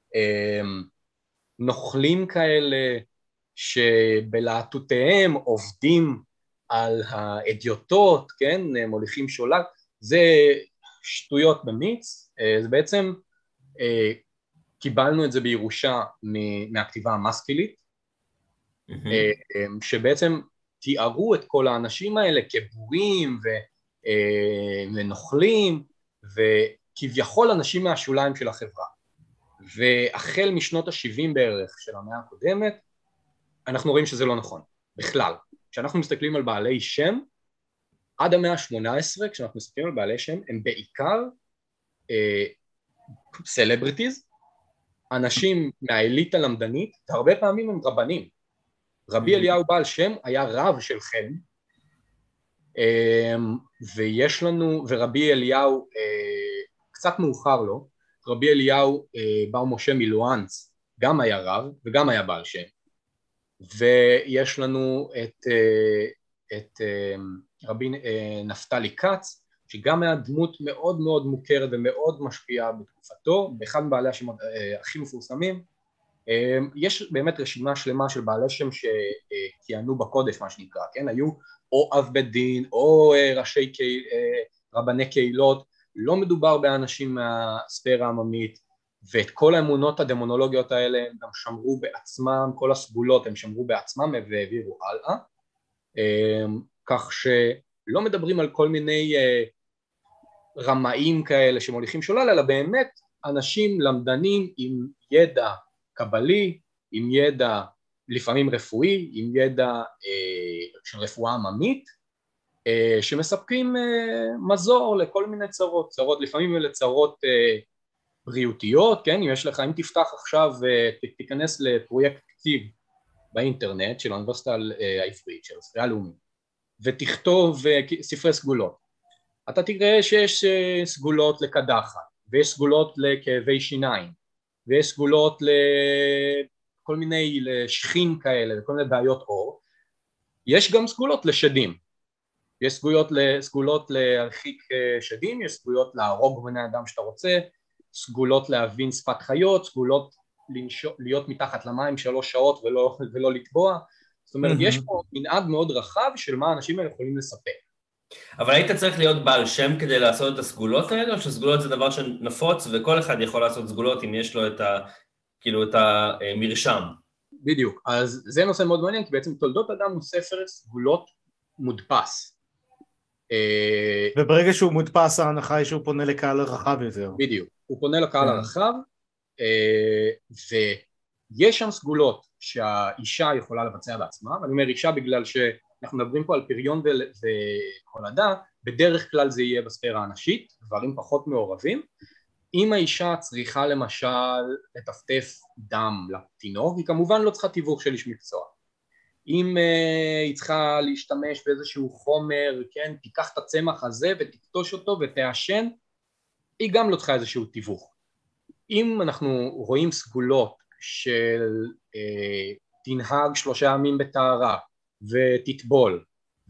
נוכלים כאלה שבלהטותיהם עובדים על האדיוטות, כן, מוליכים שולל, זה שטויות במיץ, זה בעצם קיבלנו את זה בירושה מהכתיבה המסקילית, שבעצם תיארו את כל האנשים האלה כבורים ונוכלים וכביכול אנשים מהשוליים של החברה. והחל משנות ה-שבעים בערך של המאה הקודמת, אנחנו רואים שזה לא נכון, בכלל. כשאנחנו מסתכלים על בעלי שם, עד המאה ה-שמונה עשרה, כשאנחנו מסתכלים על בעלי שם, הם בעיקר סלבריטיז, אנשים מהאליטה למדנית, והרבה פעמים הם רבנים. רבי אליהו בעל שם היה רב של חן, ויש לנו, ורבי אליהו, קצת מאוחר לו, רבי אליהו בר משה מלואנץ, גם היה רב וגם היה בעל שם, ויש לנו את, את רבי נפתלי קץ, שגם היה דמות מאוד מאוד מוכרת ומאוד משפיעה בתקופתו, באחד מבעלי השמות הכי מפורסמים. יש באמת רשימה שלמה של בעלי שם שכיהנו בקודש, מה שנקרא, כן? היו או אב בית דין או ראשי קהיל, רבני קהילות, לא מדובר באנשים מהספירה העממית, ואת כל האמונות הדמונולוגיות האלה הם גם שמרו בעצמם, כל הסגולות הם שמרו בעצמם והעבירו הלאה, כך שלא מדברים על כל מיני רמאים כאלה שמוליכים שולל, אלא באמת אנשים למדנים עם ידע קבלי, עם ידע לפעמים רפואי, עם ידע אה, של רפואה עממית, אה, שמספקים אה, מזור לכל מיני צרות, צרות לפעמים אלה צרות אה, בריאותיות, כן, אם יש לך, אם תפתח עכשיו, אה, תיכנס לפרויקט כתיב באינטרנט של האוניברסיטה אה, העברית, של הספרייה הלאומית, ותכתוב אה, ספרי סגולות, אתה תראה שיש אה, סגולות לקדחת, ויש סגולות לכאבי שיניים, ויש סגולות לכל מיני לשכין כאלה, לכל מיני בעיות אור, יש גם סגולות לשדים, יש סגולות, סגולות להרחיק שדים, יש סגולות להרוג בני אדם שאתה רוצה, סגולות להבין שפת חיות, סגולות לנשוא, להיות מתחת למים שלוש שעות ולא, ולא לטבוע, זאת אומרת יש פה מנעד מאוד רחב של מה האנשים האלה יכולים לספק. אבל היית צריך להיות בעל שם כדי לעשות את הסגולות האלה, או שסגולות זה דבר שנפוץ וכל אחד יכול לעשות סגולות אם יש לו את ה, כאילו את המרשם? בדיוק, אז זה נושא מאוד מעניין, כי בעצם תולדות אדם הוא ספר סגולות מודפס. וברגע שהוא מודפס ההנחה היא שהוא פונה לקהל הרחב יותר. בדיוק, הוא פונה לקהל הרחב, ויש שם סגולות שהאישה יכולה לבצע בעצמה, ואני אומר אישה בגלל שאנחנו מדברים פה על פריון והולדה, בדרך כלל זה יהיה בספירה הנשית, גברים פחות מעורבים. אם האישה צריכה למשל לטפטף דם לתינוק, היא כמובן לא צריכה תיווך של איש מקצוע. אם uh, היא צריכה להשתמש באיזשהו חומר, כן, תיקח את הצמח הזה ותקטוש אותו ותעשן, היא גם לא צריכה איזשהו תיווך. אם אנחנו רואים סגולות של uh, תנהג שלושה ימים בטהרה ותטבול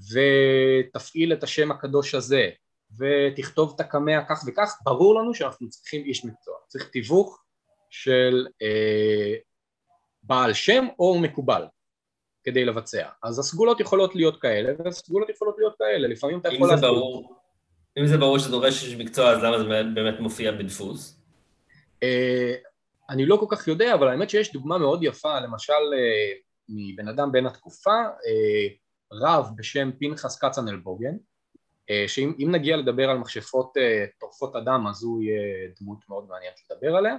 ותפעיל את השם הקדוש הזה ותכתוב את הקמע כך וכך, ברור לנו שאנחנו צריכים איש מקצוע, צריך תיווך של uh, בעל שם או מקובל. כדי לבצע. אז הסגולות יכולות להיות כאלה, והסגולות יכולות להיות כאלה, לפעמים אתה יכול לעשות. אם זה ברור שזה דורש איש מקצוע, אז למה זה באמת מופיע בדפוס? אני לא כל כך יודע, אבל האמת שיש דוגמה מאוד יפה, למשל מבן אדם בין התקופה, רב בשם פנחס קצנלבוגן, שאם נגיע לדבר על מכשפות טורפות אדם, אז הוא יהיה דמות מאוד מעניינת לדבר עליה,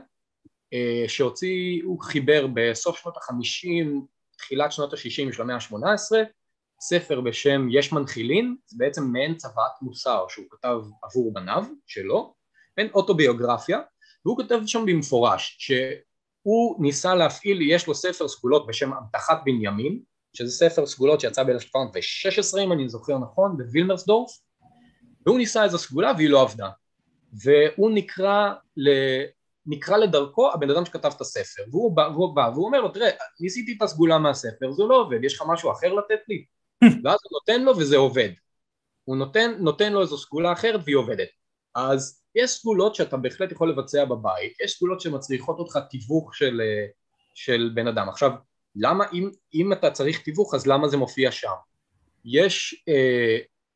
שהוציא, הוא חיבר בסוף שנות החמישים, תחילת שנות ה-שישים של המאה ה-שמונה עשרה, ספר בשם יש מנחילין, זה בעצם מעין צוואת מוסר שהוא כתב עבור בניו שלו, אין אוטוביוגרפיה, והוא כותב שם במפורש שהוא ניסה להפעיל, יש לו ספר סגולות בשם הבטחת בנימין, שזה ספר סגולות שיצא ב-אלף תשע מאות ושש עשרה אם אני זוכר נכון, בווילמרסדורף, והוא ניסה איזו סגולה והיא לא עבדה, והוא נקרא ל... נקרא לדרכו הבן אדם שכתב את הספר, והוא בא, והוא בא והוא אומר לו, תראה, ניסיתי את הסגולה מהספר, זה לא עובד, יש לך משהו אחר לתת לי? ואז הוא נותן לו וזה עובד, הוא נותן, נותן לו איזו סגולה אחרת והיא עובדת. אז יש סגולות שאתה בהחלט יכול לבצע בבית, יש סגולות שמצריכות אותך תיווך של, של בן אדם. עכשיו, למה, אם, אם אתה צריך תיווך, אז למה זה מופיע שם? יש, אה,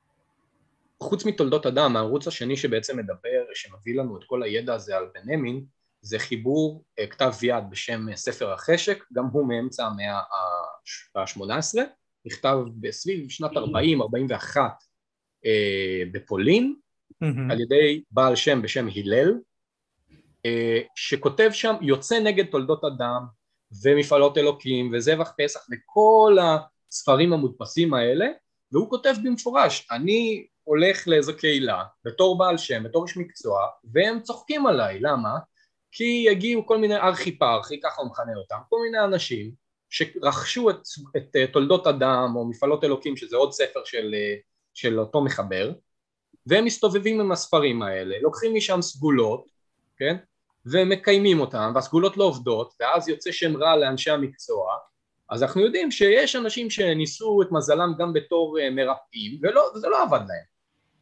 חוץ מתולדות אדם, הערוץ השני שבעצם מדבר, שמביא לנו את כל הידע הזה על בנימין, זה חיבור uh, כתב יד בשם uh, ספר החשק, גם הוא מאמצע המאה ה-שמונה עשרה, נכתב בסביב שנת ארבעים ארבעים ואחת uh, בפולין, mm-hmm. על ידי בעל שם בשם הלל, uh, שכותב שם יוצא נגד תולדות אדם, ומפעלות אלוקים, וזבח פסח, וכל הספרים המודפסים האלה, והוא כותב במפורש, אני הולך לאיזו קהילה, בתור בעל שם, בתור איש מקצוע, והם צוחקים עליי, למה? כי יגיעו כל מיני ארכיפרכי, ככה הוא מכנה אותם, כל מיני אנשים שרכשו את, את תולדות אדם או מפעלות אלוקים, שזה עוד ספר של, של אותו מחבר, והם מסתובבים עם הספרים האלה, לוקחים משם סגולות, כן? ומקיימים אותם, והסגולות לא עובדות, ואז יוצא שם רע לאנשי המקצוע, אז אנחנו יודעים שיש אנשים שניסו את מזלם גם בתור מרפאים, וזה לא עבד להם.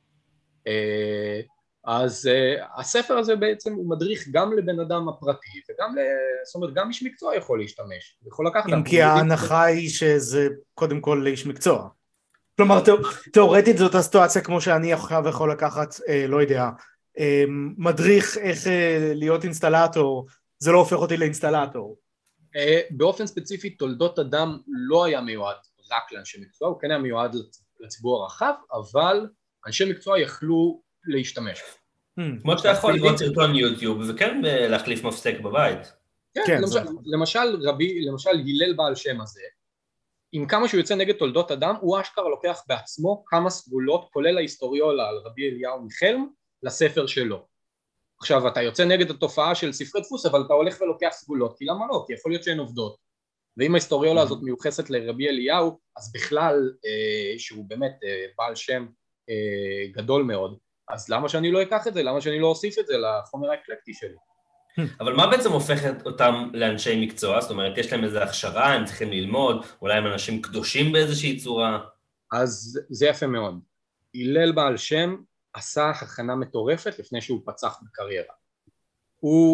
אז הספר הזה בעצם הוא מדריך גם לבן אדם הפרטי, וגם, זאת אומרת, גם איש מקצוע יכול להשתמש, יכול לקחת... אם כי ההנחה היא שזה קודם כל לאיש מקצוע. כלומר, תיאורטית זאת הסיטואציה כמו שאני עכשיו יכול לקחת, לא יודע, מדריך איך להיות אינסטלטור, זה לא הופך אותי לאינסטלטור. באופן ספציפי תולדות אדם לא היה מיועד רק לאנשי מקצוע, הוא כן היה מיועד לציבור הרחב, אבל אנשי מקצוע יכלו להשתמש. כמו שאתה יכול לראות סרטון יוטיוב וכן להחליף מפסק בבית. כן, למשל רבי, למשל הלל בעל שם הזה, עם כמה שהוא יוצא נגד תולדות אדם, הוא אשכרה לוקח בעצמו כמה סגולות, כולל ההיסטוריולה על רבי אליהו מחלם, לספר שלו. עכשיו אתה יוצא נגד התופעה של ספרי דפוס, אבל אתה הולך ולוקח סגולות, כי למה לא? כי יכול להיות שהן עובדות. ואם ההיסטוריולה הזאת מיוחסת לרבי אליהו, אז בכלל, אה, שהוא באמת אה, בעל שם אה, גדול מאוד, אז למה שאני לא אקח את זה? למה שאני לא אוסיף את זה לחומר האקלקטי שלי? אבל מה בעצם הופך אותם לאנשי מקצוע? זאת אומרת, יש להם איזו הכשרה, הם צריכים ללמוד, אולי הם אנשים קדושים באיזושהי צורה? אז זה יפה מאוד. הלל בעל שם, עשה הכנה מטורפת לפני שהוא פצח בקריירה. הוא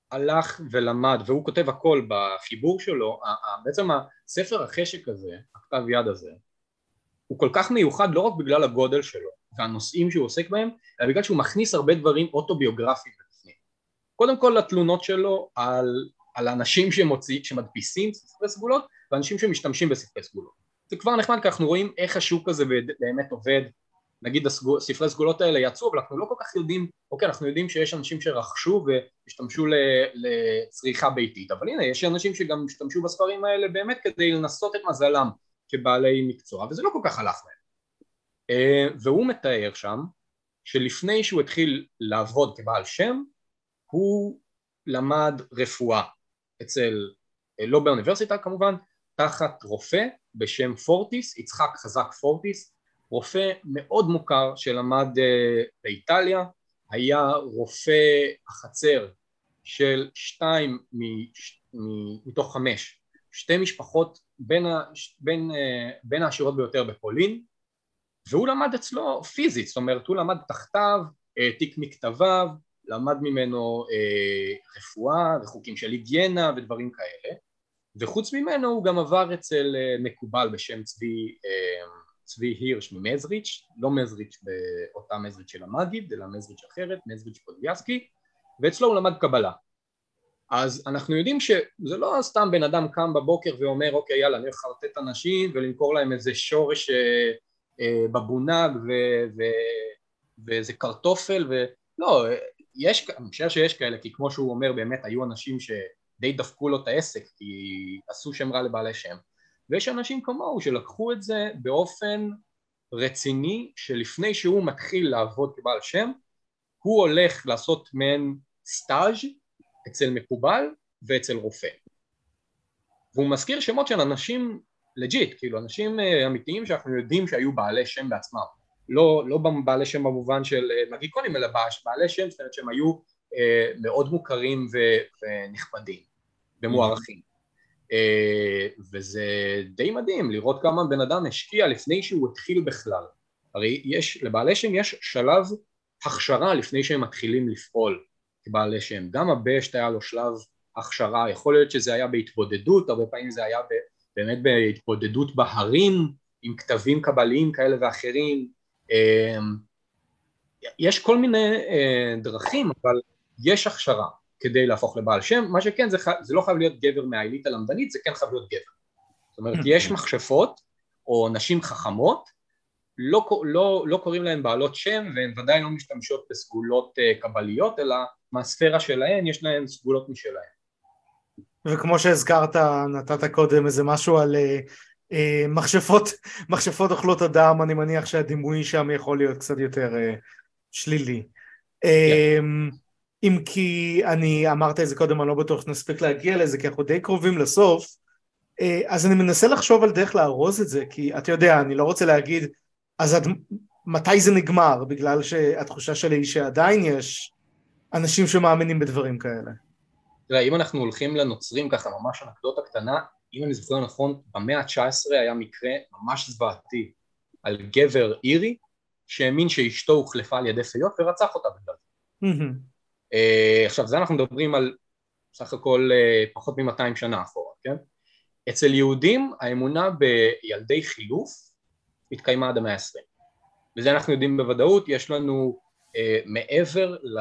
הלך ולמד, והוא כותב הכל בחיבור שלו, בעצם הספר החשק הזה, הכתב יד הזה, הוא כל כך מיוחד לא רק בגלל הגודל שלו והנושאים שהוא עוסק בהם, אלא בגלל שהוא מכניס הרבה דברים אוטוביוגרפיים בפנים. קודם כל התלונות שלו על, על האנשים שמוציא, שמדפיסים ספרי סגולות, ואנשים שמשתמשים בספרי סגולות. זה כבר נחמד, כי אנחנו רואים איך השוק הזה באמת עובד. נגיד הסגול, ספרי סגולות האלה יצאו, אבל אנחנו לא כל כך יודעים, אוקיי, אנחנו יודעים שיש אנשים שרכשו והשתמשו לצריכה ביתית, אבל הנה, יש אנשים שגם השתמשו בספרים האלה באמת כדי לנסות את מזלם כבעלי מקצוע, וזה לא כל כך הלך להם. והוא מתאר שם שלפני שהוא התחיל לעבוד כבעל שם, הוא למד רפואה אצל, לא באוניברסיטה כמובן, תחת רופא בשם פורטיס, יצחק חזק פורטיס, רופא מאוד מוכר שלמד באיטליה, היה רופא החצר של שתיים מתוך חמש, שתי משפחות בין, ה, בין, בין העשירות ביותר בפולין, והוא למד אצלו פיזית, זאת אומרת הוא למד תחתיו, העתיק מכתביו, למד ממנו רפואה וחוקים של היגיינה ודברים כאלה, וחוץ ממנו הוא גם עבר אצל מקובל בשם צבי, צבי הירש ממזריץ', לא מזריץ' באותה מזריץ' של המגיד, אלא מזריץ' אחרת, מזריץ' פודביאסקי, ואצלו הוא למד קבלה. אז אנחנו יודעים שזה לא סתם בן אדם קם בבוקר ואומר אוקיי יאללה אני הולך לחרטט אנשים ולמכור להם איזה שורש בבונג ואיזה קרטופל, ולא, יש, אני חושב שיש כאלה, כי כמו שהוא אומר באמת היו אנשים שדי דפקו לו את העסק כי עשו שם רע לבעלי שם, ויש אנשים כמוהו שלקחו את זה באופן רציני, שלפני שהוא מתחיל לעבוד כבעל שם הוא הולך לעשות מעין סטאז' אצל מקובל ואצל רופא, והוא מזכיר שמות של אנשים לג'יט, כאילו אנשים אמיתיים שאנחנו יודעים שהיו בעלי שם בעצמם, לא, לא בעלי שם במובן של מגיקונים, אלא בעלי שם, זאת אומרת שהם היו אה, מאוד מוכרים ו- ונכבדים ומוערכים. אה, וזה די מדהים לראות כמה בן אדם השקיע לפני שהוא התחיל בכלל. הרי יש, לבעלי שם יש שלב הכשרה לפני שהם מתחילים לפעול כבעלי שם. גם הבשט היה לו שלב הכשרה, יכול להיות שזה היה בהתבודדות, הרבה פעמים זה היה באמת בהתבודדות בהרים, עם כתבים קבליים כאלה ואחרים. יש כל מיני דרכים, אבל יש הכשרה כדי להפוך לבעל שם. מה שכן, זה, זה לא חייב להיות גבר מהעילית הלמדנית, זה כן חייב להיות גבר. זאת אומרת, יש מכשפות או נשים חכמות, לא, לא, לא קוראים להן בעלות שם, והן ודאי לא משתמשות בסגולות קבליות, אלא מהספירה שלהן יש להן סגולות משלהן. וכמו שהזכרת, נתת קודם איזה משהו על אה, מכשפות, מכשפות אוכלות אדם, אני מניח שהדימוי שם יכול להיות קצת יותר אה, שלילי. Yeah. אה, אם כי אני אמרת את זה קודם, אני לא בטוח שנספיק להגיע לזה, כי אנחנו די קרובים לסוף, אה, אז אני מנסה לחשוב על דרך לארוז את זה, כי אתה יודע, אני לא רוצה להגיד, אז עד, מתי זה נגמר, בגלל שהתחושה שלי היא שעדיין יש אנשים שמאמינים בדברים כאלה. תראה, אם אנחנו הולכים לנוצרים ככה, ממש אנקדוטה קטנה, אם אני זוכר נכון, במאה ה-תשע עשרה היה מקרה ממש זוועתי על גבר אירי, שהאמין שאשתו הוחלפה על ידי פיות ורצח אותה בגלל זה. עכשיו, זה אנחנו מדברים על סך הכל פחות מ-מאתיים שנה אחורה, כן? אצל יהודים האמונה בילדי חילוף התקיימה עד המאה ה-עשרים. וזה אנחנו יודעים בוודאות, יש לנו מעבר ל...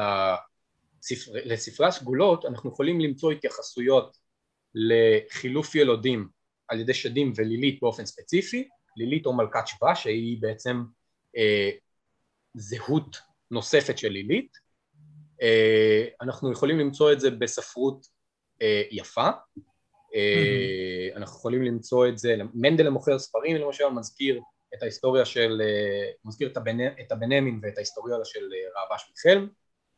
לספרי הסגולות אנחנו יכולים למצוא התייחסויות לחילוף ילודים על ידי שדים ולילית באופן ספציפי, לילית או מלכת שבא שהיא בעצם אה, זהות נוספת של לילית, אה, אנחנו יכולים למצוא את זה בספרות אה, יפה, אה, אנחנו יכולים למצוא את זה, מנדל המוכר ספרים למשל מזכיר את ההיסטוריה של, אה, מזכיר את, הבנ, את הבנמין ואת ההיסטוריה של אה, רעבש מחלם,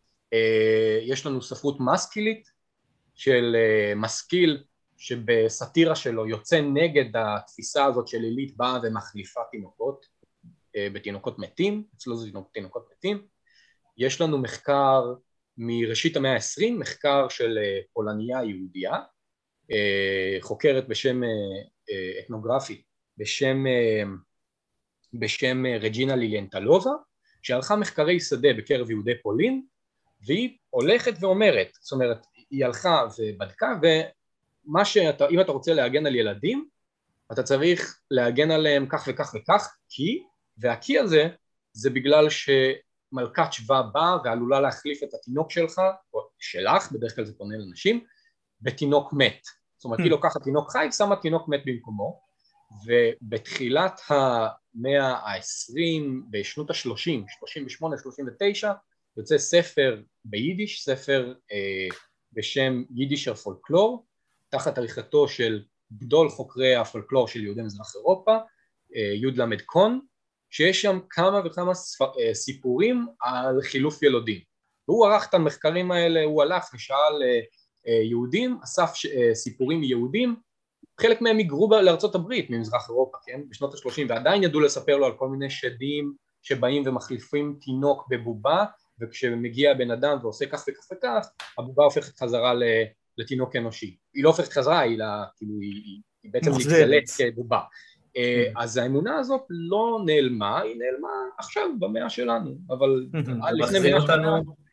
יש לנו ספרות מסקילית של משכיל שבסטירה שלו יוצא נגד התפיסה הזאת של לילית באה ומחליפה תינוקות בתינוקות מתים, אצלו זה תינוקות מתים. יש לנו מחקר מראשית המאה ה-עשרים, מחקר של פולניה יהודייה, חוקרת בשם אתנוגרפית, בשם, בשם רג'ינה ליליאנטלובה, שערכה מחקרי שדה בקרב יהודי פולין, והיא הולכת ואומרת, זאת אומרת, היא הלכה ובדקה, ומה שאתה, אם אתה רוצה להגן על ילדים, אתה צריך להגן עליהם כך וכך וכך, כי, והכי הזה, זה בגלל שמלכת שבא באה ועלולה להחליף את התינוק שלך, או שלך, בדרך כלל זה פונה לנשים, בתינוק מת. זאת אומרת, היא לוקחת תינוק חי, שמה תינוק מת במקומו, ובתחילת המאה העשרים, בשנות השלושים, שלושים ושמונה, שלושים ותשע, יוצא ספר ביידיש, ספר אה, בשם יידישר פולקלור, תחת עריכתו של גדול חוקרי הפולקלור של יהודי מזרח אירופה, אה, יוד למד קון, שיש שם כמה וכמה ספר, אה, סיפורים על חילוף ילודים. והוא ערך את המחקרים האלה, הוא הלך ושאל אה, אה, יהודים, אסף אה, סיפורים יהודים, חלק מהם היגרו לארצות הברית ממזרח אירופה, כן? בשנות ה-שלושים, ועדיין ידעו לספר לו על כל מיני שדים שבאים ומחליפים תינוק בבובה, וכשמגיע בן אדם ועושה כך וכך וכך, הבובה הופכת חזרה לתינוק אנושי. היא לא הופכת חזרה, היא, לה, כאילו, היא, היא בעצם מתגלית כבובה. אז האמונה הזאת לא נעלמה, היא נעלמה עכשיו במאה שלנו, אבל לפני מאה שנה...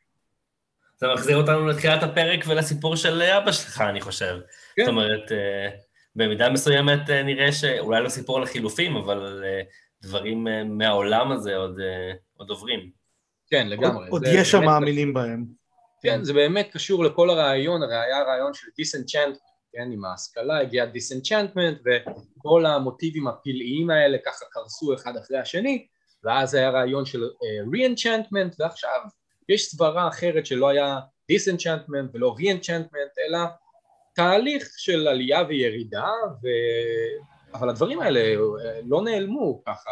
זה מחזיר אותנו לתחילת הפרק ולסיפור של אבא שלך, אני חושב. כן. זאת אומרת, במידה מסוימת נראה שאולי לא סיפור לחילופים, אבל דברים מהעולם הזה עוד, עוד עוברים. כן, לגמרי. עוד יש שם מאמינים בהם. כן, זה באמת קשור לכל הרעיון, הרי היה הרעיון של disenchantment, כן, עם ההשכלה הגיע disenchantment, וכל המוטיבים הפלאיים האלה ככה קרסו אחד אחרי השני, ואז היה רעיון של re-enchantment, ועכשיו יש סברה אחרת שלא היה disenchantment ולא re-enchantment, אלא תהליך של עלייה וירידה, ו... אבל הדברים האלה לא נעלמו ככה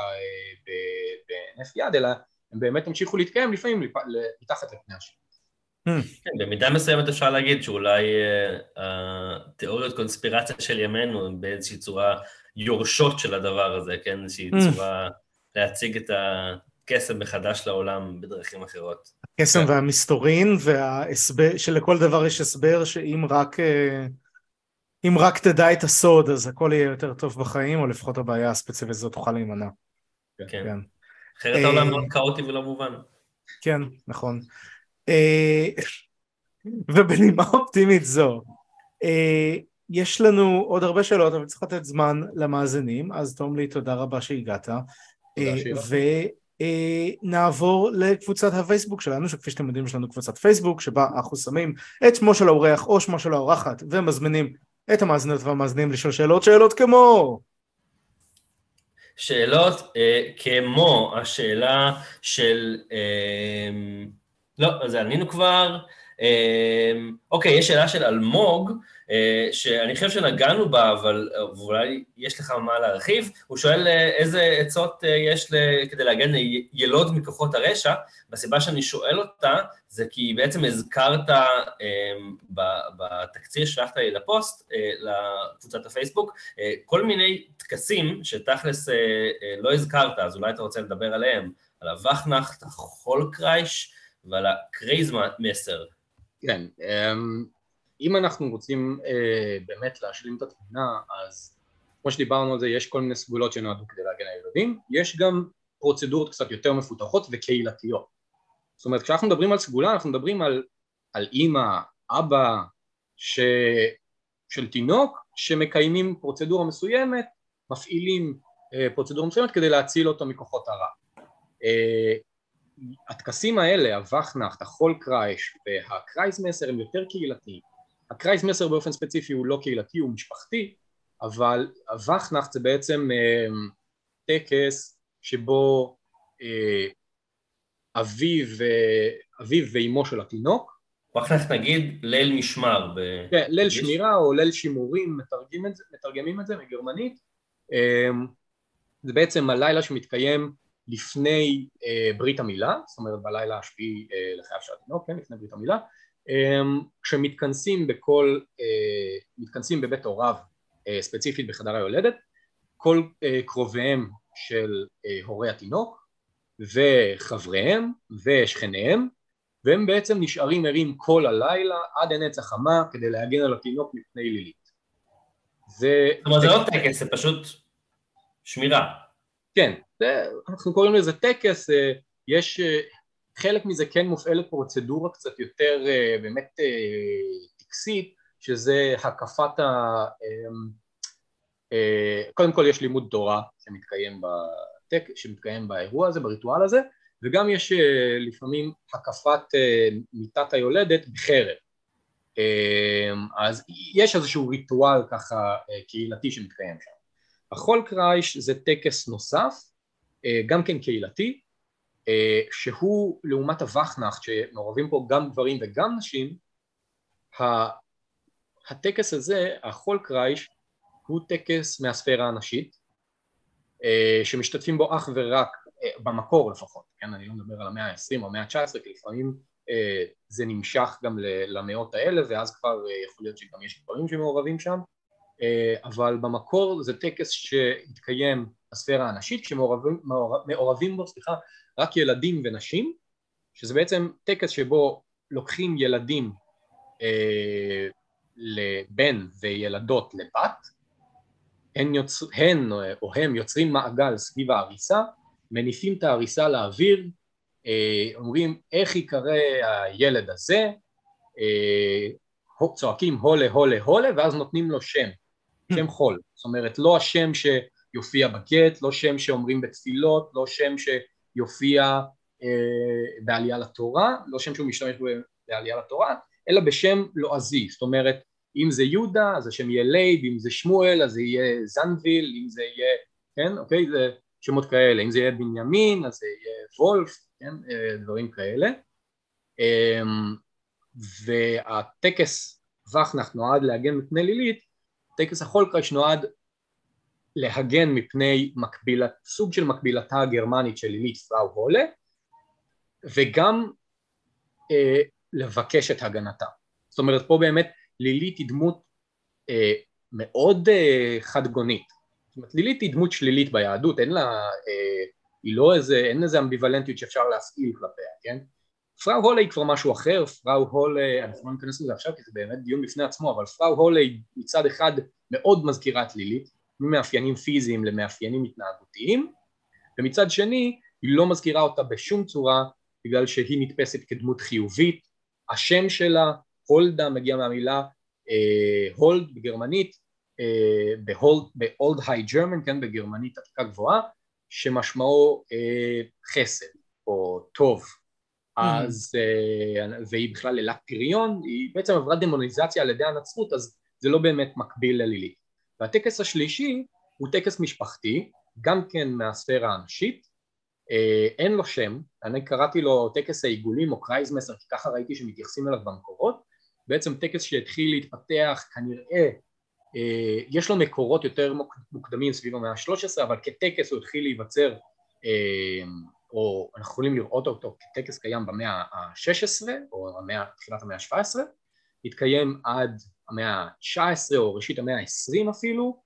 בהינף יד, אלא הם באמת המשיכו להתקיים לפעמים מתחת לפני השם. כן, במידה מסוימת אפשר להגיד שאולי התיאוריות קונספירציה של ימינו הם באיזושהי צורה יורשות של הדבר הזה, כן? איזושהי צורה להציג את הקסם מחדש לעולם בדרכים אחרות. הקסם והמסתורין, שלכל דבר יש הסבר שאם רק... אם רק תדע את הסוד, אז הכל יהיה יותר טוב בחיים, או לפחות הבעיה הספציפית הזאת תוכל להימנע. כן. אחרת העולם מאוד כאוטי ולא מובן. כן, נכון. ובנימה אופטימית זו, יש לנו עוד הרבה שאלות, אבל צריך לתת זמן למאזינים, אז תום לי, תודה רבה שהגעת. ונעבור לקבוצת הפייסבוק שלנו, שכפי שאתם יודעים יש לנו קבוצת פייסבוק, שבה אנחנו שמים את שמו של האורח או שמו של האורחת, ומזמינים את המאזינות והמאזינים לשאול שאלות, שאלות כמו... שאלות אה, כמו השאלה של... אה, לא, אז ענינו כבר... אה, אוקיי, יש שאלה של אלמוג, אה, שאני חושב שנגענו בה, אבל אולי יש לך מה להרחיב. הוא שואל אה, איזה עצות אה, יש ל, כדי להגן ילוד מכוחות הרשע. בסיבה שאני שואל אותה, זה כי בעצם הזכרת אה, בתקציר שלחת לי לפוסט, אה, לקבוצת הפייסבוק, אה, כל מיני תקסים שתכלס אה, אה, לא הזכרת, אז אולי אתה רוצה לדבר עליהם, על הווכנחט, החולקרייש ועל הקרייזמסר. כן, אם אנחנו רוצים אה, באמת להשלים את התמונה, אז כמו שדיברנו על זה, יש כל מיני סגולות שנועדו כדי להגן על ילדים, יש גם פרוצדורות קצת יותר מפותחות וקהילתיות. זאת אומרת, כשאנחנו מדברים על סגולה, אנחנו מדברים על, על אמא, אבא, ש, של תינוק, שמקיימים פרוצדורה מסוימת, מפעילים אה, פרוצדורה מסוימת כדי להציל אותו מכוחות הרע. אה, התקסים האלה, הווכנחט, החולקרייש והקרייזמסר הם יותר קהילתיים. הקרייזמסר באופן ספציפי הוא לא קהילתי, הוא משפחתי, אבל הווכנחט זה בעצם אה, טקס שבו אה, אביו, אביו ואימו של התינוק. ווכנחט נגיד ליל משמר. ב... כן, ליל שמירה או ליל שימורים, מתרגמים את זה, מתרגמים את זה מגרמנית. אה, זה בעצם הלילה שמתקיים לפני אה, ברית המילה, זאת אומרת בלילה השביעי אה, לחייו של התינוק, כן, לפני ברית המילה, אה, כשמתכנסים בכל, אה, מתכנסים בבית הוריו, אה, ספציפית בחדר היולדת, כל אה, קרוביהם של אה, הורי התינוק, וחבריהם ושכניהם, והם בעצם נשארים ערים כל הלילה עד הנץ החמה כדי להגן על התינוק מפני לילית. זה... זאת אומרת, זה לא טקס, זה פשוט שמירה. כן, זה, אנחנו קוראים לזה טקס, יש חלק מזה כן מופעלת פרוצדורה קצת יותר באמת טקסית, שזה הקפת ה... קודם כל יש לימוד תורה שמתקיים, בטק, שמתקיים באירוע הזה, בריטואל הזה, וגם יש לפעמים הקפת מיטת היולדת בחרב. אז יש איזשהו ריטואל ככה קהילתי שמתקיים שם. החול קרייש זה טקס נוסף, גם כן קהילתי, שהוא לעומת הווכנחט שמעורבים פה גם גברים וגם נשים. הטקס הזה, החול קרייש, הוא טקס מהספירה הנשית, שמשתתפים בו אך ורק, במקור לפחות, כן? אני לא מדבר על המאה ה-עשרים או המאה ה-תשע עשרה, כי לפעמים זה נמשך גם למאות האלה, ואז כבר יכול להיות שגם יש דברים שמעורבים שם, אבל במקור זה טקס שהתקיים בספירה הנשית, כשמעורבים מעורבים בו, סליחה, רק ילדים ונשים, שזה בעצם טקס שבו לוקחים ילדים לבן וילדות לבת, הן, יוצר, הן או הם יוצרים מעגל סביב ההריסה, מניפים את ההריסה לאוויר, אומרים איך יקרא הילד הזה, צועקים הולה הולה הולה, ואז נותנים לו שם, שם חול. זאת אומרת, לא השם שיופיע בגט, לא שם שאומרים בתפילות, לא שם שיופיע בעלייה לתורה, לא שם שהוא משתמש בעלייה לתורה, אלא בשם לועזי. זאת אומרת, אם זה יהודה, אז השם יהיה לייב, אם זה שמואל, אז זה יהיה זנביל, אם זה יהיה, כן, אוקיי, זה שמות כאלה, אם זה יהיה בנימין, אז זה יהיה וולף, כן, דברים כאלה. והטקס ווכנחט נועד להגן מפני לילית, טקס החול קרייש נועד להגן מפני מקבילת, סוג של מקבילתה הגרמנית של לילית פראו הולה, וגם אה, לבקש את הגנתה. זאת אומרת, פה באמת לילית היא דמות אה, מאוד אה, חדגונית. זאת אומרת, לילית היא דמות שלילית ביהדות, אין לה, אה, היא לא איזה, אין איזה אמביוולנטיות שאפשר להסעיל כלפיה, כן? פראו הולה היא כבר משהו אחר, פראו הולה, אנחנו לא ניכנס לזה עכשיו כי זה באמת דיון בפני עצמו, אבל פראו הולה היא מצד אחד מאוד מזכירה את לילית, ממאפיינים פיזיים למאפיינים התנהגותיים, ומצד שני היא לא מזכירה אותה בשום צורה, בגלל שהיא נתפסת כדמות חיובית, השם שלה, הולדה, מגיע מהמילה אה, הולד בגרמנית, אה, ב-Old High German, כן, בגרמנית עתיקה גבוהה, שמשמעו אה, חסד או טוב, אז, והיא בכלל לילת פריון, היא בעצם עברה דמוניזציה על ידי הנצרות, אז זה לא באמת מקביל ללילית. והטקס השלישי הוא טקס משפחתי, גם כן מהספירה הנשית, אין לו שם, אני קראתי לו טקס העיגולים או קרייזמסר, כי ככה ראיתי שמתייחסים אליו במקורות, בעצם טקס שהתחיל להתפתח כנראה, יש לו מקורות יותר מוקדמים סביב המאה ה-שלוש עשרה, אבל כטקס הוא התחיל להיווצר, או אנחנו יכולים לראות אותו כטקס קיים במאה ה-שש עשרה או המאה, תחילת המאה ה-שבע עשרה, התקיים עד המאה ה-תשע עשרה או ראשית המאה ה-עשרים אפילו,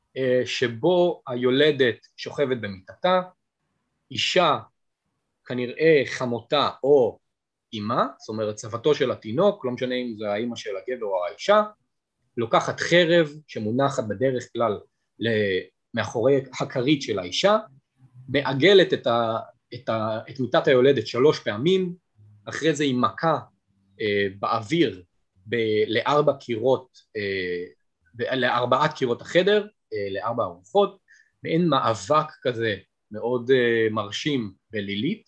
שבו היולדת שוכבת במיטתה, אישה כנראה חמותה או אימה, זאת אומרת סבתו של התינוק, לא משנה אם זה האימא של הגבר או האישה, לוקחת חרב שמונחת בדרך כלל מאחורי הכרית של האישה, מעגלת את ה את, ה, את מיטת היולדת שלוש פעמים, אחרי זה היא מכה אה, באוויר ב, לארבע קירות, אה, לארבעת קירות החדר, אה, לארבע ארוחות, מעין מאבק כזה מאוד אה, מרשים בלילית.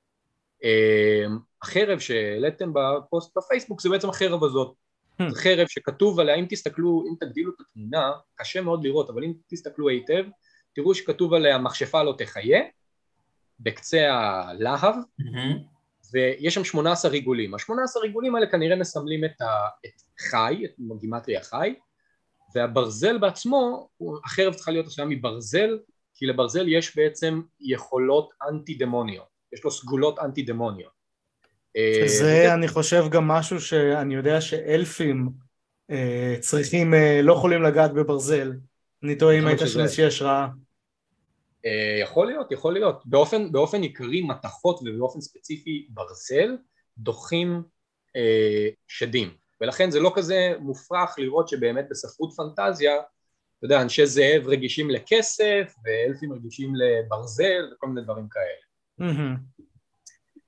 אה, החרב שהעליתם בפוסט בפייסבוק זה בעצם החרב הזאת, זה חרב שכתוב עליה, אם תסתכלו, אם תגדילו את התמונה, קשה מאוד לראות, אבל אם תסתכלו היטב, תראו שכתוב עליה מכשפה לא תחיה, בקצה הלהב, mm-hmm. ויש שם שמונה עשר ריגולים. ה-שמונה עשר ריגולים האלה כנראה מסמלים את, ה- את חי, את גימטריה חי, והברזל בעצמו, החרב צריכה להיות עשויה מברזל, כי לברזל יש בעצם יכולות אנטי-דמוניות, יש לו סגולות אנטי-דמוניות. שזה אני חושב גם משהו שאני יודע שאלפים צריכים, לא יכולים לגעת בברזל. אני טועה אם הייתה שם איזושהי השראה. יכול להיות, יכול להיות. באופן, באופן עיקרי מתכות ובאופן ספציפי ברזל דוחים אה, שדים. ולכן זה לא כזה מופרך לראות שבאמת בספרות פנטזיה, אתה יודע, אנשי זאב רגישים לכסף, ואלפים רגישים לברזל וכל מיני דברים כאלה.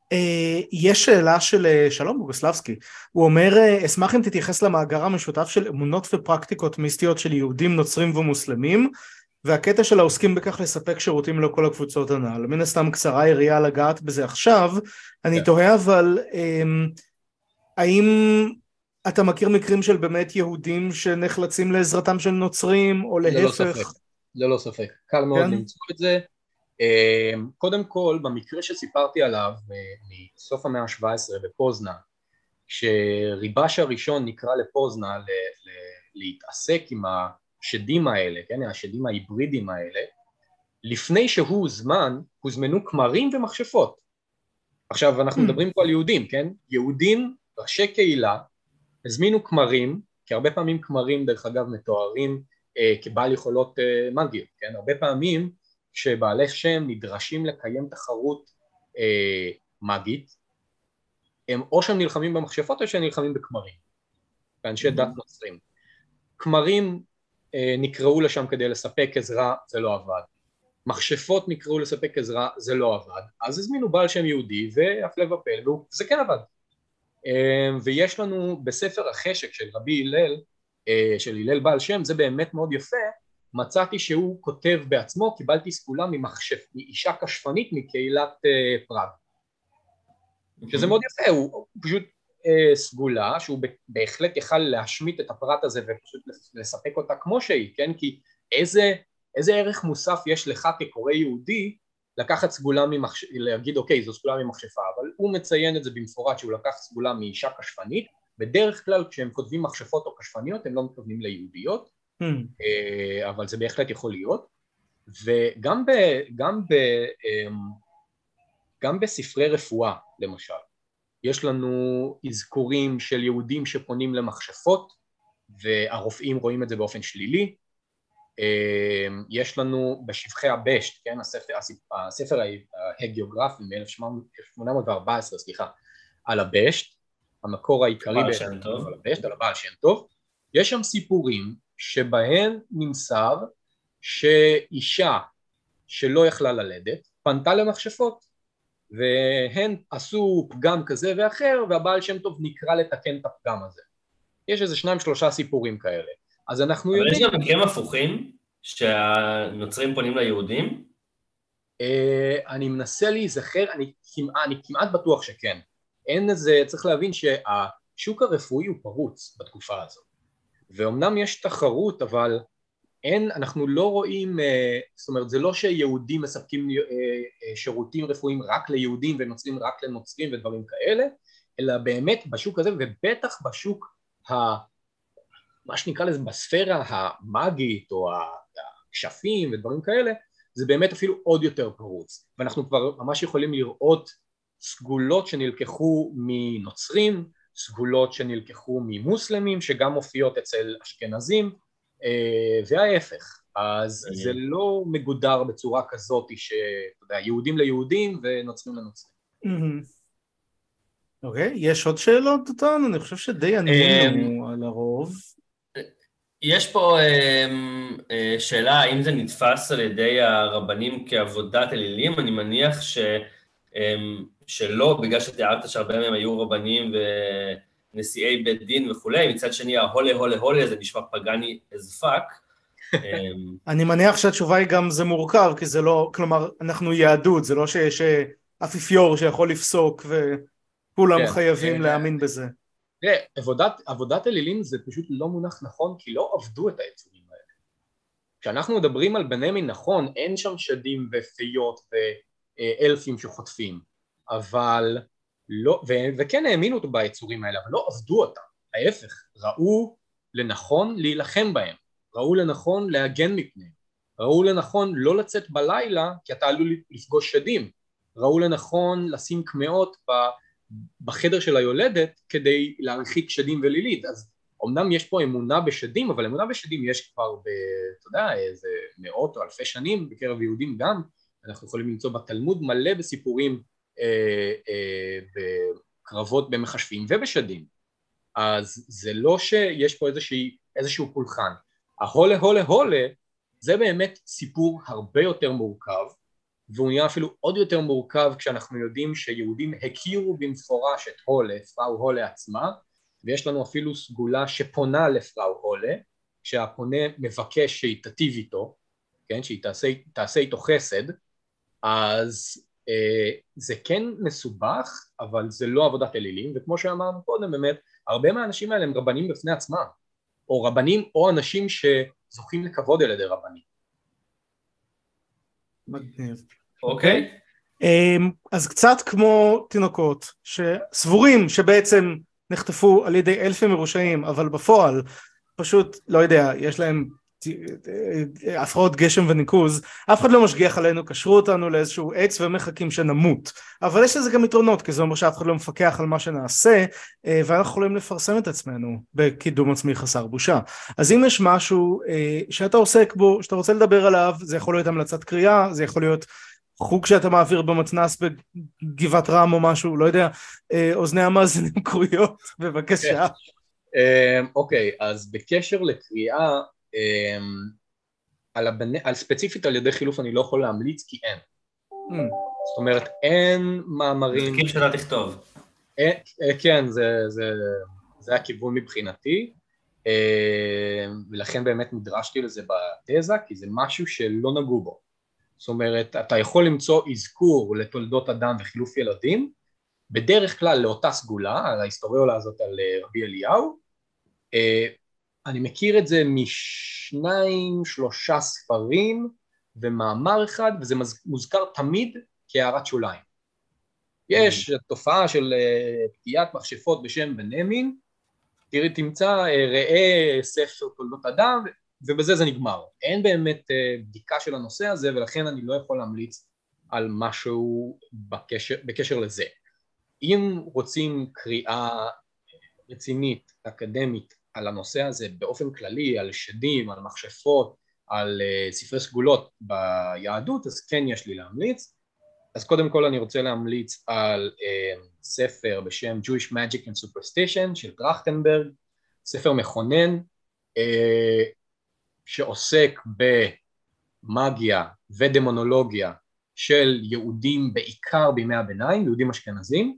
יש שאלה של שלום בוגוסלבסקי, הוא אומר, אשמח אם תתייחס למאגר המשותף של אמונות ופרקטיקות מיסטיות של יהודים, נוצרים ומוסלמים, והקטע של העוסקים בכך לספק שירותים לכל הקבוצות הנ"ל. מן הסתם קצרה יריעה לגעת בזה עכשיו, אני תוהה אבל, האם אתה מכיר מקרים של באמת יהודים שנחלצים לעזרתם של נוצרים, או להפך? ללא ספק, קל מאוד למצוא את זה. קודם כל, במקרה שסיפרתי עליו מסוף המאה ה-שבע עשרה בפוזנה, כשריבש הראשון נקרא לפוזנה להתעסק עם השדים האלה, כן, השדים ההיברידים האלה, לפני שהוא הוזמן, הוזמנו כמרים ומכשפות. עכשיו אנחנו מדברים פה על יהודים, כן? יהודים, ראשי קהילה, הזמינו כמרים, כי הרבה פעמים כמרים דרך אגב מתוארים אה, כבעל יכולות אה, מגיות, כן? הרבה פעמים כשבעלי שם נדרשים לקיים תחרות אה, מגית, הם או שהם נלחמים במכשפות או שהם נלחמים בכמרים, באנשי דת נוצרים. כמרים אה, נקראו לשם כדי לספק עזרה, זה לא עבד. מכשפות נקראו לספק עזרה, זה לא עבד. אז הזמינו בעל שם יהודי, והפלא ופלא, וזה כן עבד. ויש לנו בספר החשק של רבי הלל, של הלל בעל שם, זה באמת מאוד יפה, מצאתי שהוא כותב בעצמו, קיבלתי סגולה ממכשף, מאישה כשפנית מקהילת פראג. שזה מאוד יפה, הוא פשוט סגולה, שהוא בהחלט יכל להשמיט את הפרט הזה, ופשוט לספק אותה כמו שהיא, כן? כי איזה... איזה ערך מוסף יש לך כקורא יהודי לקחת סגולה ממכשפה, להגיד אוקיי זו סגולה ממכשפה, אבל הוא מציין את זה במפורט שהוא לקח סגולה מאישה כשפנית, בדרך כלל כשהם כותבים מכשפות או כשפניות הם לא מתכוונים ליהודיות, hmm. אבל זה בהחלט יכול להיות, וגם ב, גם ב, גם בספרי רפואה למשל, יש לנו אזכורים של יהודים שפונים למכשפות, והרופאים רואים את זה באופן שלילי, יש לנו בשבחי הבשט, כן, הספר, הספר ההגיוגרפי מ-אלף שמונה מאות וארבע עשרה, סליחה, על הבשט, המקור העיקרי על הבשט, על הבעל שם טוב, יש שם סיפורים שבהן נמסר שאישה שלא יכלה ללדת, פנתה למכשפות, והן עשו פגם כזה ואחר, והבעל שם טוב נקרא לתקן את הפגם הזה. יש איזה שניים שלושה סיפורים כאלה. אז אנחנו אבל יודעים... יש גם מקרים הפוכים שהנוצרים פונים ליהודים? אני מנסה להיזכר, אני כמעט, אני כמעט בטוח שכן. אין איזה, צריך להבין שהשוק הרפואי הוא פרוץ בתקופה הזאת. ואומנם יש תחרות, אבל אין, אנחנו לא רואים, זאת אומרת, זה לא שיהודים מספקים שירותים רפואיים רק ליהודים ונוצרים רק לנוצרים ודברים כאלה, אלא באמת בשוק הזה, ובטח בשוק ה... מה שנקרא לזה בספירה המאגית או הכשפים ודברים כאלה, זה באמת אפילו עוד יותר פרוץ, ואנחנו כבר ממש יכולים לראות סגולות שנלקחו מנוצרים, סגולות שנלקחו ממוסלמים שגם מופיעות אצל אשכנזים, וההפך, אז זה לא מגודר בצורה כזאת שאתה יודע, יהודים ליהודים ונוצרים לנוצרים. אוקיי, יש עוד שאלות דותן? אני חושב שדי ענינו על הרוב. יש פה שאלה האם זה נתפס על ידי הרבנים כעבודת אלילים, אני מניח ש, שלא, בגלל שתיארת שהרבה מהם היו רבנים ונשיאי בית דין וכולי, מצד שני ההולה הולה הולה זה נשמע פגני as fuck. אני מניח שהתשובה היא גם זה מורכב, כי זה לא, כלומר אנחנו יהדות, זה לא שיש אפיפיור שיכול לפסוק וכולם חייבים להאמין בזה. תראה, עבודת, עבודת אלילים זה פשוט לא מונח נכון, כי לא עבדו את היצורים האלה. כשאנחנו מדברים על בני מין נכון, אין שם שדים ופיות ואלפים שחוטפים, אבל לא, ו, וכן האמינו ביצורים האלה, אבל לא עבדו אותם. ההפך, ראו לנכון להילחם בהם, ראו לנכון להגן מפניהם, ראו לנכון לא לצאת בלילה, כי אתה עלול לפגוש שדים, ראו לנכון לשים קמאות ב... בחדר של היולדת כדי להרחיק שדים ולילית. אז אמנם יש פה אמונה בשדים, אבל אמונה בשדים יש כבר ב, אתה יודע, איזה מאות או אלפי שנים בקרב יהודים גם, אנחנו יכולים למצוא בתלמוד מלא בסיפורים אה, אה, בקרבות במכשפים ובשדים. אז זה לא שיש פה איזושהי, איזשהו פולחן. ההולה הולה הולה זה באמת סיפור הרבה יותר מורכב, והוא נהיה אפילו עוד יותר מורכב כשאנחנו יודעים שיהודים הכירו במפורש את הולה, פראו הולה עצמה, ויש לנו אפילו סגולה שפונה לפראו הולה, שהפונה מבקש שהיא תטיב איתו, כן, שהיא תעשה, תעשה איתו חסד, אז אה, זה כן מסובך, אבל זה לא עבודת אלילים, וכמו שאמרנו קודם באמת, הרבה מהאנשים האלה הם רבנים בפני עצמם, או רבנים או אנשים שזוכים לכבוד על ידי רבנים. מגניב. אוקיי. אז קצת כמו תינוקות שסבורים שבעצם נחטפו על ידי אלפים מרושעים, אבל בפועל פשוט לא יודע, יש להם הפרעות גשם וניקוז, אף אחד לא משגיח עלינו, קשרו אותנו לאיזשהו עץ ומחכים שנמות, אבל יש לזה גם יתרונות, כי זה אומר שאף אחד לא מפקח על מה שנעשה, ואנחנו יכולים לפרסם את עצמנו בקידום עצמי חסר בושה. אז אם יש משהו שאתה עוסק בו, שאתה רוצה לדבר עליו, זה יכול להיות המלצת קריאה, זה יכול להיות חוג שאתה מעביר במתנ"ס בגבעת רם או משהו, לא יודע, אוזני המאזינים קרויות, בבקשה. אוקיי, אז בקשר לקריאה, על, הבנ... על ספציפית על ידי חילוף אני לא יכול להמליץ כי אין. Mm. זאת אומרת, אין מאמרים... מחכים שאתה תכתוב. אין, כן, זה, זה, זה הכיוון מבחינתי, ולכן באמת נדרשתי לזה בתזה, כי זה משהו שלא נגעו בו. זאת אומרת, אתה יכול למצוא אזכור לתולדות אדם וחילוף ילדים, בדרך כלל לאותה סגולה, על ההיסטוריולה הזאת על רבי אליהו, אני מכיר את זה משניים, שלושה ספרים ומאמר אחד, וזה מוזכר תמיד כהערת שוליים. יש תופעה של פגיעת מכשפות בשם בנמין, תראי, תמצא, ראה ספר תולדות אדם, ובזה זה נגמר. אין באמת בדיקה של הנושא הזה, ולכן אני לא יכול להמליץ על משהו בקשר, בקשר לזה. אם רוצים קריאה רצינית, אקדמית, על הנושא הזה באופן כללי, על שדים, על מכשפות, על uh, ספרי סגולות ביהדות, אז כן יש לי להמליץ. אז קודם כל אני רוצה להמליץ על uh, ספר בשם Jewish Magic and Superstition של טרכטנברג, ספר מכונן uh, שעוסק במאגיה ודמונולוגיה של יהודים בעיקר בימי הביניים, יהודים אשכנזים.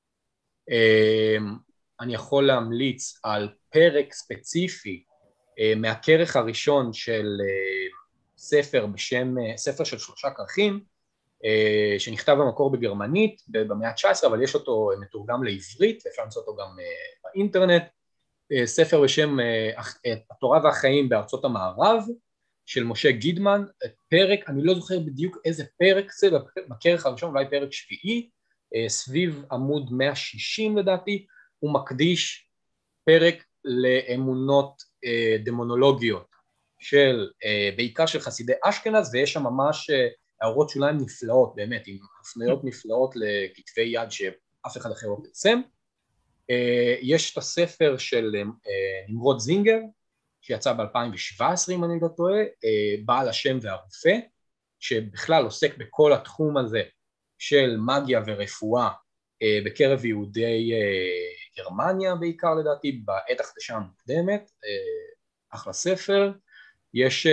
Uh, אני יכול להמליץ על פרק ספציפי uh, מהכרך הראשון של uh, ספר בשם, uh, ספר של שלושה כרכים, uh, שנכתב במקור בגרמנית במאה ה-תשע עשרה, אבל יש אותו uh, מתורגם לעברית, אפשר למצוא אותו גם uh, באינטרנט, uh, ספר בשם uh, התורה והחיים בארצות המערב, של משה גידמן, פרק, אני לא זוכר בדיוק איזה פרק זה, בכרך הראשון, אולי פרק שביעי, uh, סביב עמוד מאה שישים לדעתי, הוא מקדיש פרק לאמונות אה, דמונולוגיות של, אה, בעיקר של חסידי אשכנז, ויש שם ממש אה, הערות שוליים נפלאות, באמת, עם הפניות נפלאות לכתבי יד שאף אחד אחר לא פרסם. אה, יש את הספר של אה, נמרוד זינגר, שיצא ב-אלפיים שבע עשרה אם אני לא טועה, אה, בעל השם והרופא, שבכלל עוסק בכל התחום הזה של מגיה ורפואה, אה, בקרב יהודי אה, גרמניה בעיקר לדעתי, בעת החדשה המוקדמת, אחלה ספר. יש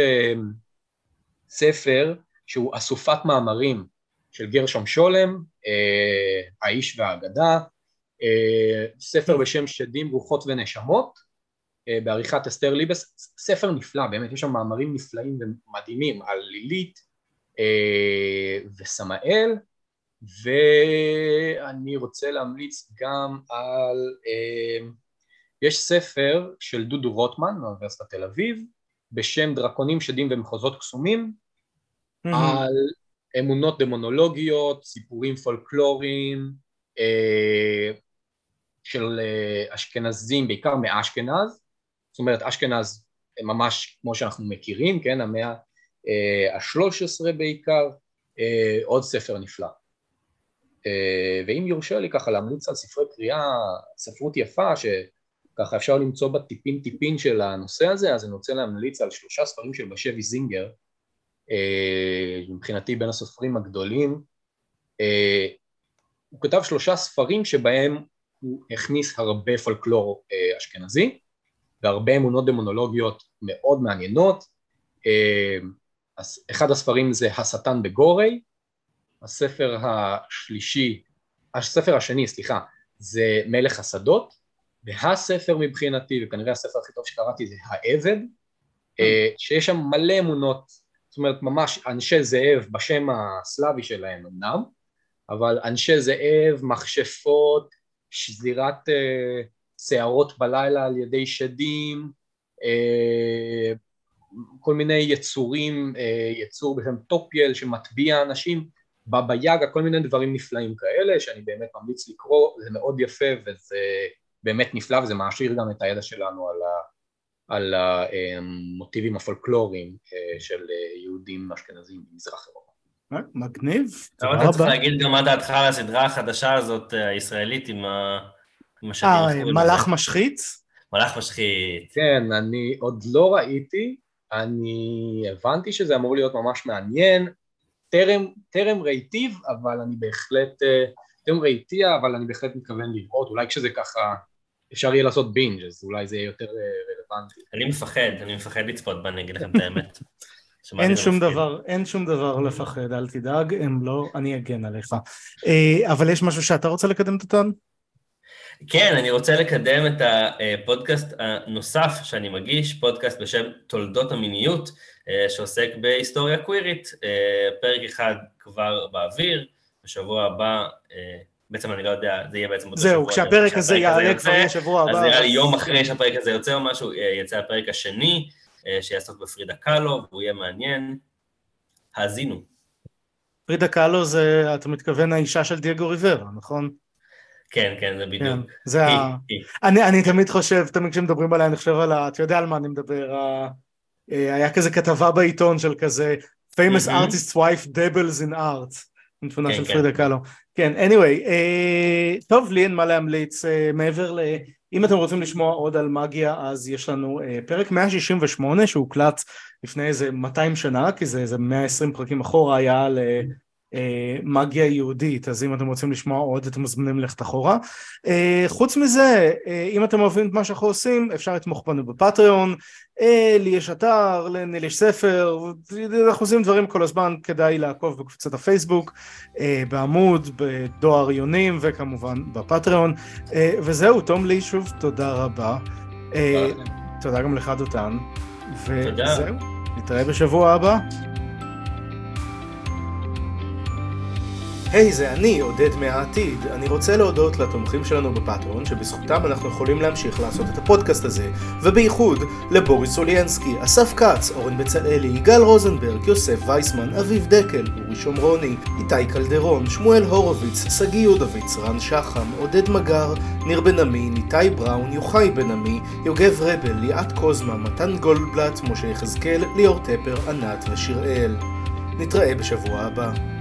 ספר שהוא אסופת מאמרים של גרשום שולם, האיש והאגדה, ספר בשם שדים, רוחות ונשמות, בעריכת אסתר ליבס, ספר נפלא, באמת יש שם מאמרים נפלאים ומדהימים על לילית וסמאל, ואני רוצה להמליץ גם על, יש ספר של דודו רוטמן מאוניברסיטת תל אביב, בשם דרקונים, שדים ומחוזות קסומים, mm-hmm. על אמונות דמונולוגיות, סיפורים פולקלוריים, של אשכנזים, בעיקר מאשכנז, זאת אומרת אשכנז ממש כמו שאנחנו מכירים, כן, המאה ה-שלוש עשרה בעיקר, עוד ספר נפלא. ואם יורשה לי ככה להמליץ על ספרי קריאה, ספרות יפה שככה אפשר למצוא בטיפין טיפין של הנושא הזה, אז אני רוצה להמליץ על שלושה ספרים של בשבי זינגר, מבחינתי בין הסופרים הגדולים. הוא כתב שלושה ספרים שבהם הוא הכניס הרבה פולקלור אשכנזי, והרבה אמונות דמונולוגיות מאוד מעניינות. אחד הספרים זה השטן בגורי, הספר השלישי, הספר השני, סליחה, זה מלך השדות, והספר מבחינתי, וכנראה הספר הכי טוב שקראתי זה העבד, שיש שם מלא אמונות, זאת אומרת ממש אנשי זאב בשם הסלאבי שלהם אמנם, אבל אנשי זאב, מכשפות, שזירת אה, שערות בלילה על ידי שדים, אה, כל מיני יצורים, אה, יצור בשם טופיאל שמטביע אנשים, בבא יגה, כל מיני דברים נפלאים כאלה, שאני באמת ממליץ לקרוא, זה מאוד יפה וזה באמת נפלא, וזה מעשיר גם את הידע שלנו על, ה, על המוטיבים הפולקלוריים של יהודים אשכנזים במזרח אירופה. מגניב. אבל אתה צריך להגיד גם מה דעתך על הסדרה החדשה הזאת, הישראלית, עם השנים. אה, מלאך משחית? מלאך משחית. כן, אני עוד לא ראיתי, אני הבנתי שזה אמור להיות ממש מעניין, טרם, טרם ראיתיו, אבל אני בהחלט, טרם ראיתיה, אבל אני בהחלט מתכוון לראות, אולי כשזה ככה, אפשר יהיה לעשות בינג', אז אולי זה יהיה יותר רלוונטי. אני מפחד, אני מפחד לצפות בה, אני אגיד לכם את האמת. אין שום דבר, אין שום דבר לפחד, אל תדאג, הם לא, אני אגן עליך. אבל יש משהו שאתה רוצה לקדם אותן? כן, אני רוצה לקדם את הפודקאסט הנוסף שאני מגיש, פודקאסט בשם תולדות המיניות, שעוסק בהיסטוריה קווירית, פרק אחד כבר באוויר, בשבוע הבא, בעצם אני לא יודע, זה יהיה בעצם... זהו, כשהפרק הזה יעלה כבר בשבוע הבא. אז נראה לי יום אחרי שהפרק הזה יוצא או משהו, יצא הפרק השני, שיעסוק בפרידה קאלו, והוא יהיה מעניין. האזינו. פרידה קאלו זה, אתה מתכוון, האישה של דייגו ריברה, נכון? כן, כן, זה בדיוק. כן, זה ה... אני, אני תמיד חושב, תמיד כשמדברים עליי, אני חושב על ה... אתה יודע על מה אני מדבר, ה... היה כזה כתבה בעיתון של כזה, famous artist's wife dabbles in art, תמונה של פרידה קאלו. כן, anyway, uh, טוב, לי אין מה להמליץ, uh, מעבר ל... אם אתם רוצים לשמוע עוד על מגיה, אז יש לנו uh, פרק מאה שישים ושמונה, שהוקלט לפני איזה מאתיים שנה, כי זה איזה מאה ועשרים פרקים אחורה, היה על... Uh, מגיה יהודית, אז אם אתם רוצים לשמוע עוד, אתם מוזמנים ללכת אחורה. חוץ מזה, אם אתם אוהבים את מה שאנחנו עושים, אפשר לתמוך בנו בפטריון, לי יש אתר, לניל יש ספר, אנחנו עושים דברים כל הזמן, כדאי לעקוב בקבוצת הפייסבוק, בעמוד, בדואר עיונים, וכמובן בפטריון, וזהו, תום לי שוב, תודה רבה. תודה גם לך דותן, וזהו, נתראה בשבוע הבא. היי, hey, זה אני, עודד מהעתיד. אני רוצה להודות לתומכים שלנו בפטרון, שבזכותם אנחנו יכולים להמשיך לעשות את הפודקאסט הזה, ובייחוד לבוריס סוליינסקי, אסף קץ, אורן בצלאלי, יגאל רוזנברג, יוסף וייסמן, אביב דקל, אורי שומרוני, איתי קלדרון, שמואל הורוביץ, סגי יודוביץ, רן שחם, עודד מגר, ניר בן עמי, ניתי בראון, יוחאי בן עמי, יוגב רבל, ליאת קוזמה, מתן גולדבלט, משה יחזקאל, ליאור טפר, ענת ושיראל. נתראה בשבוע הבא.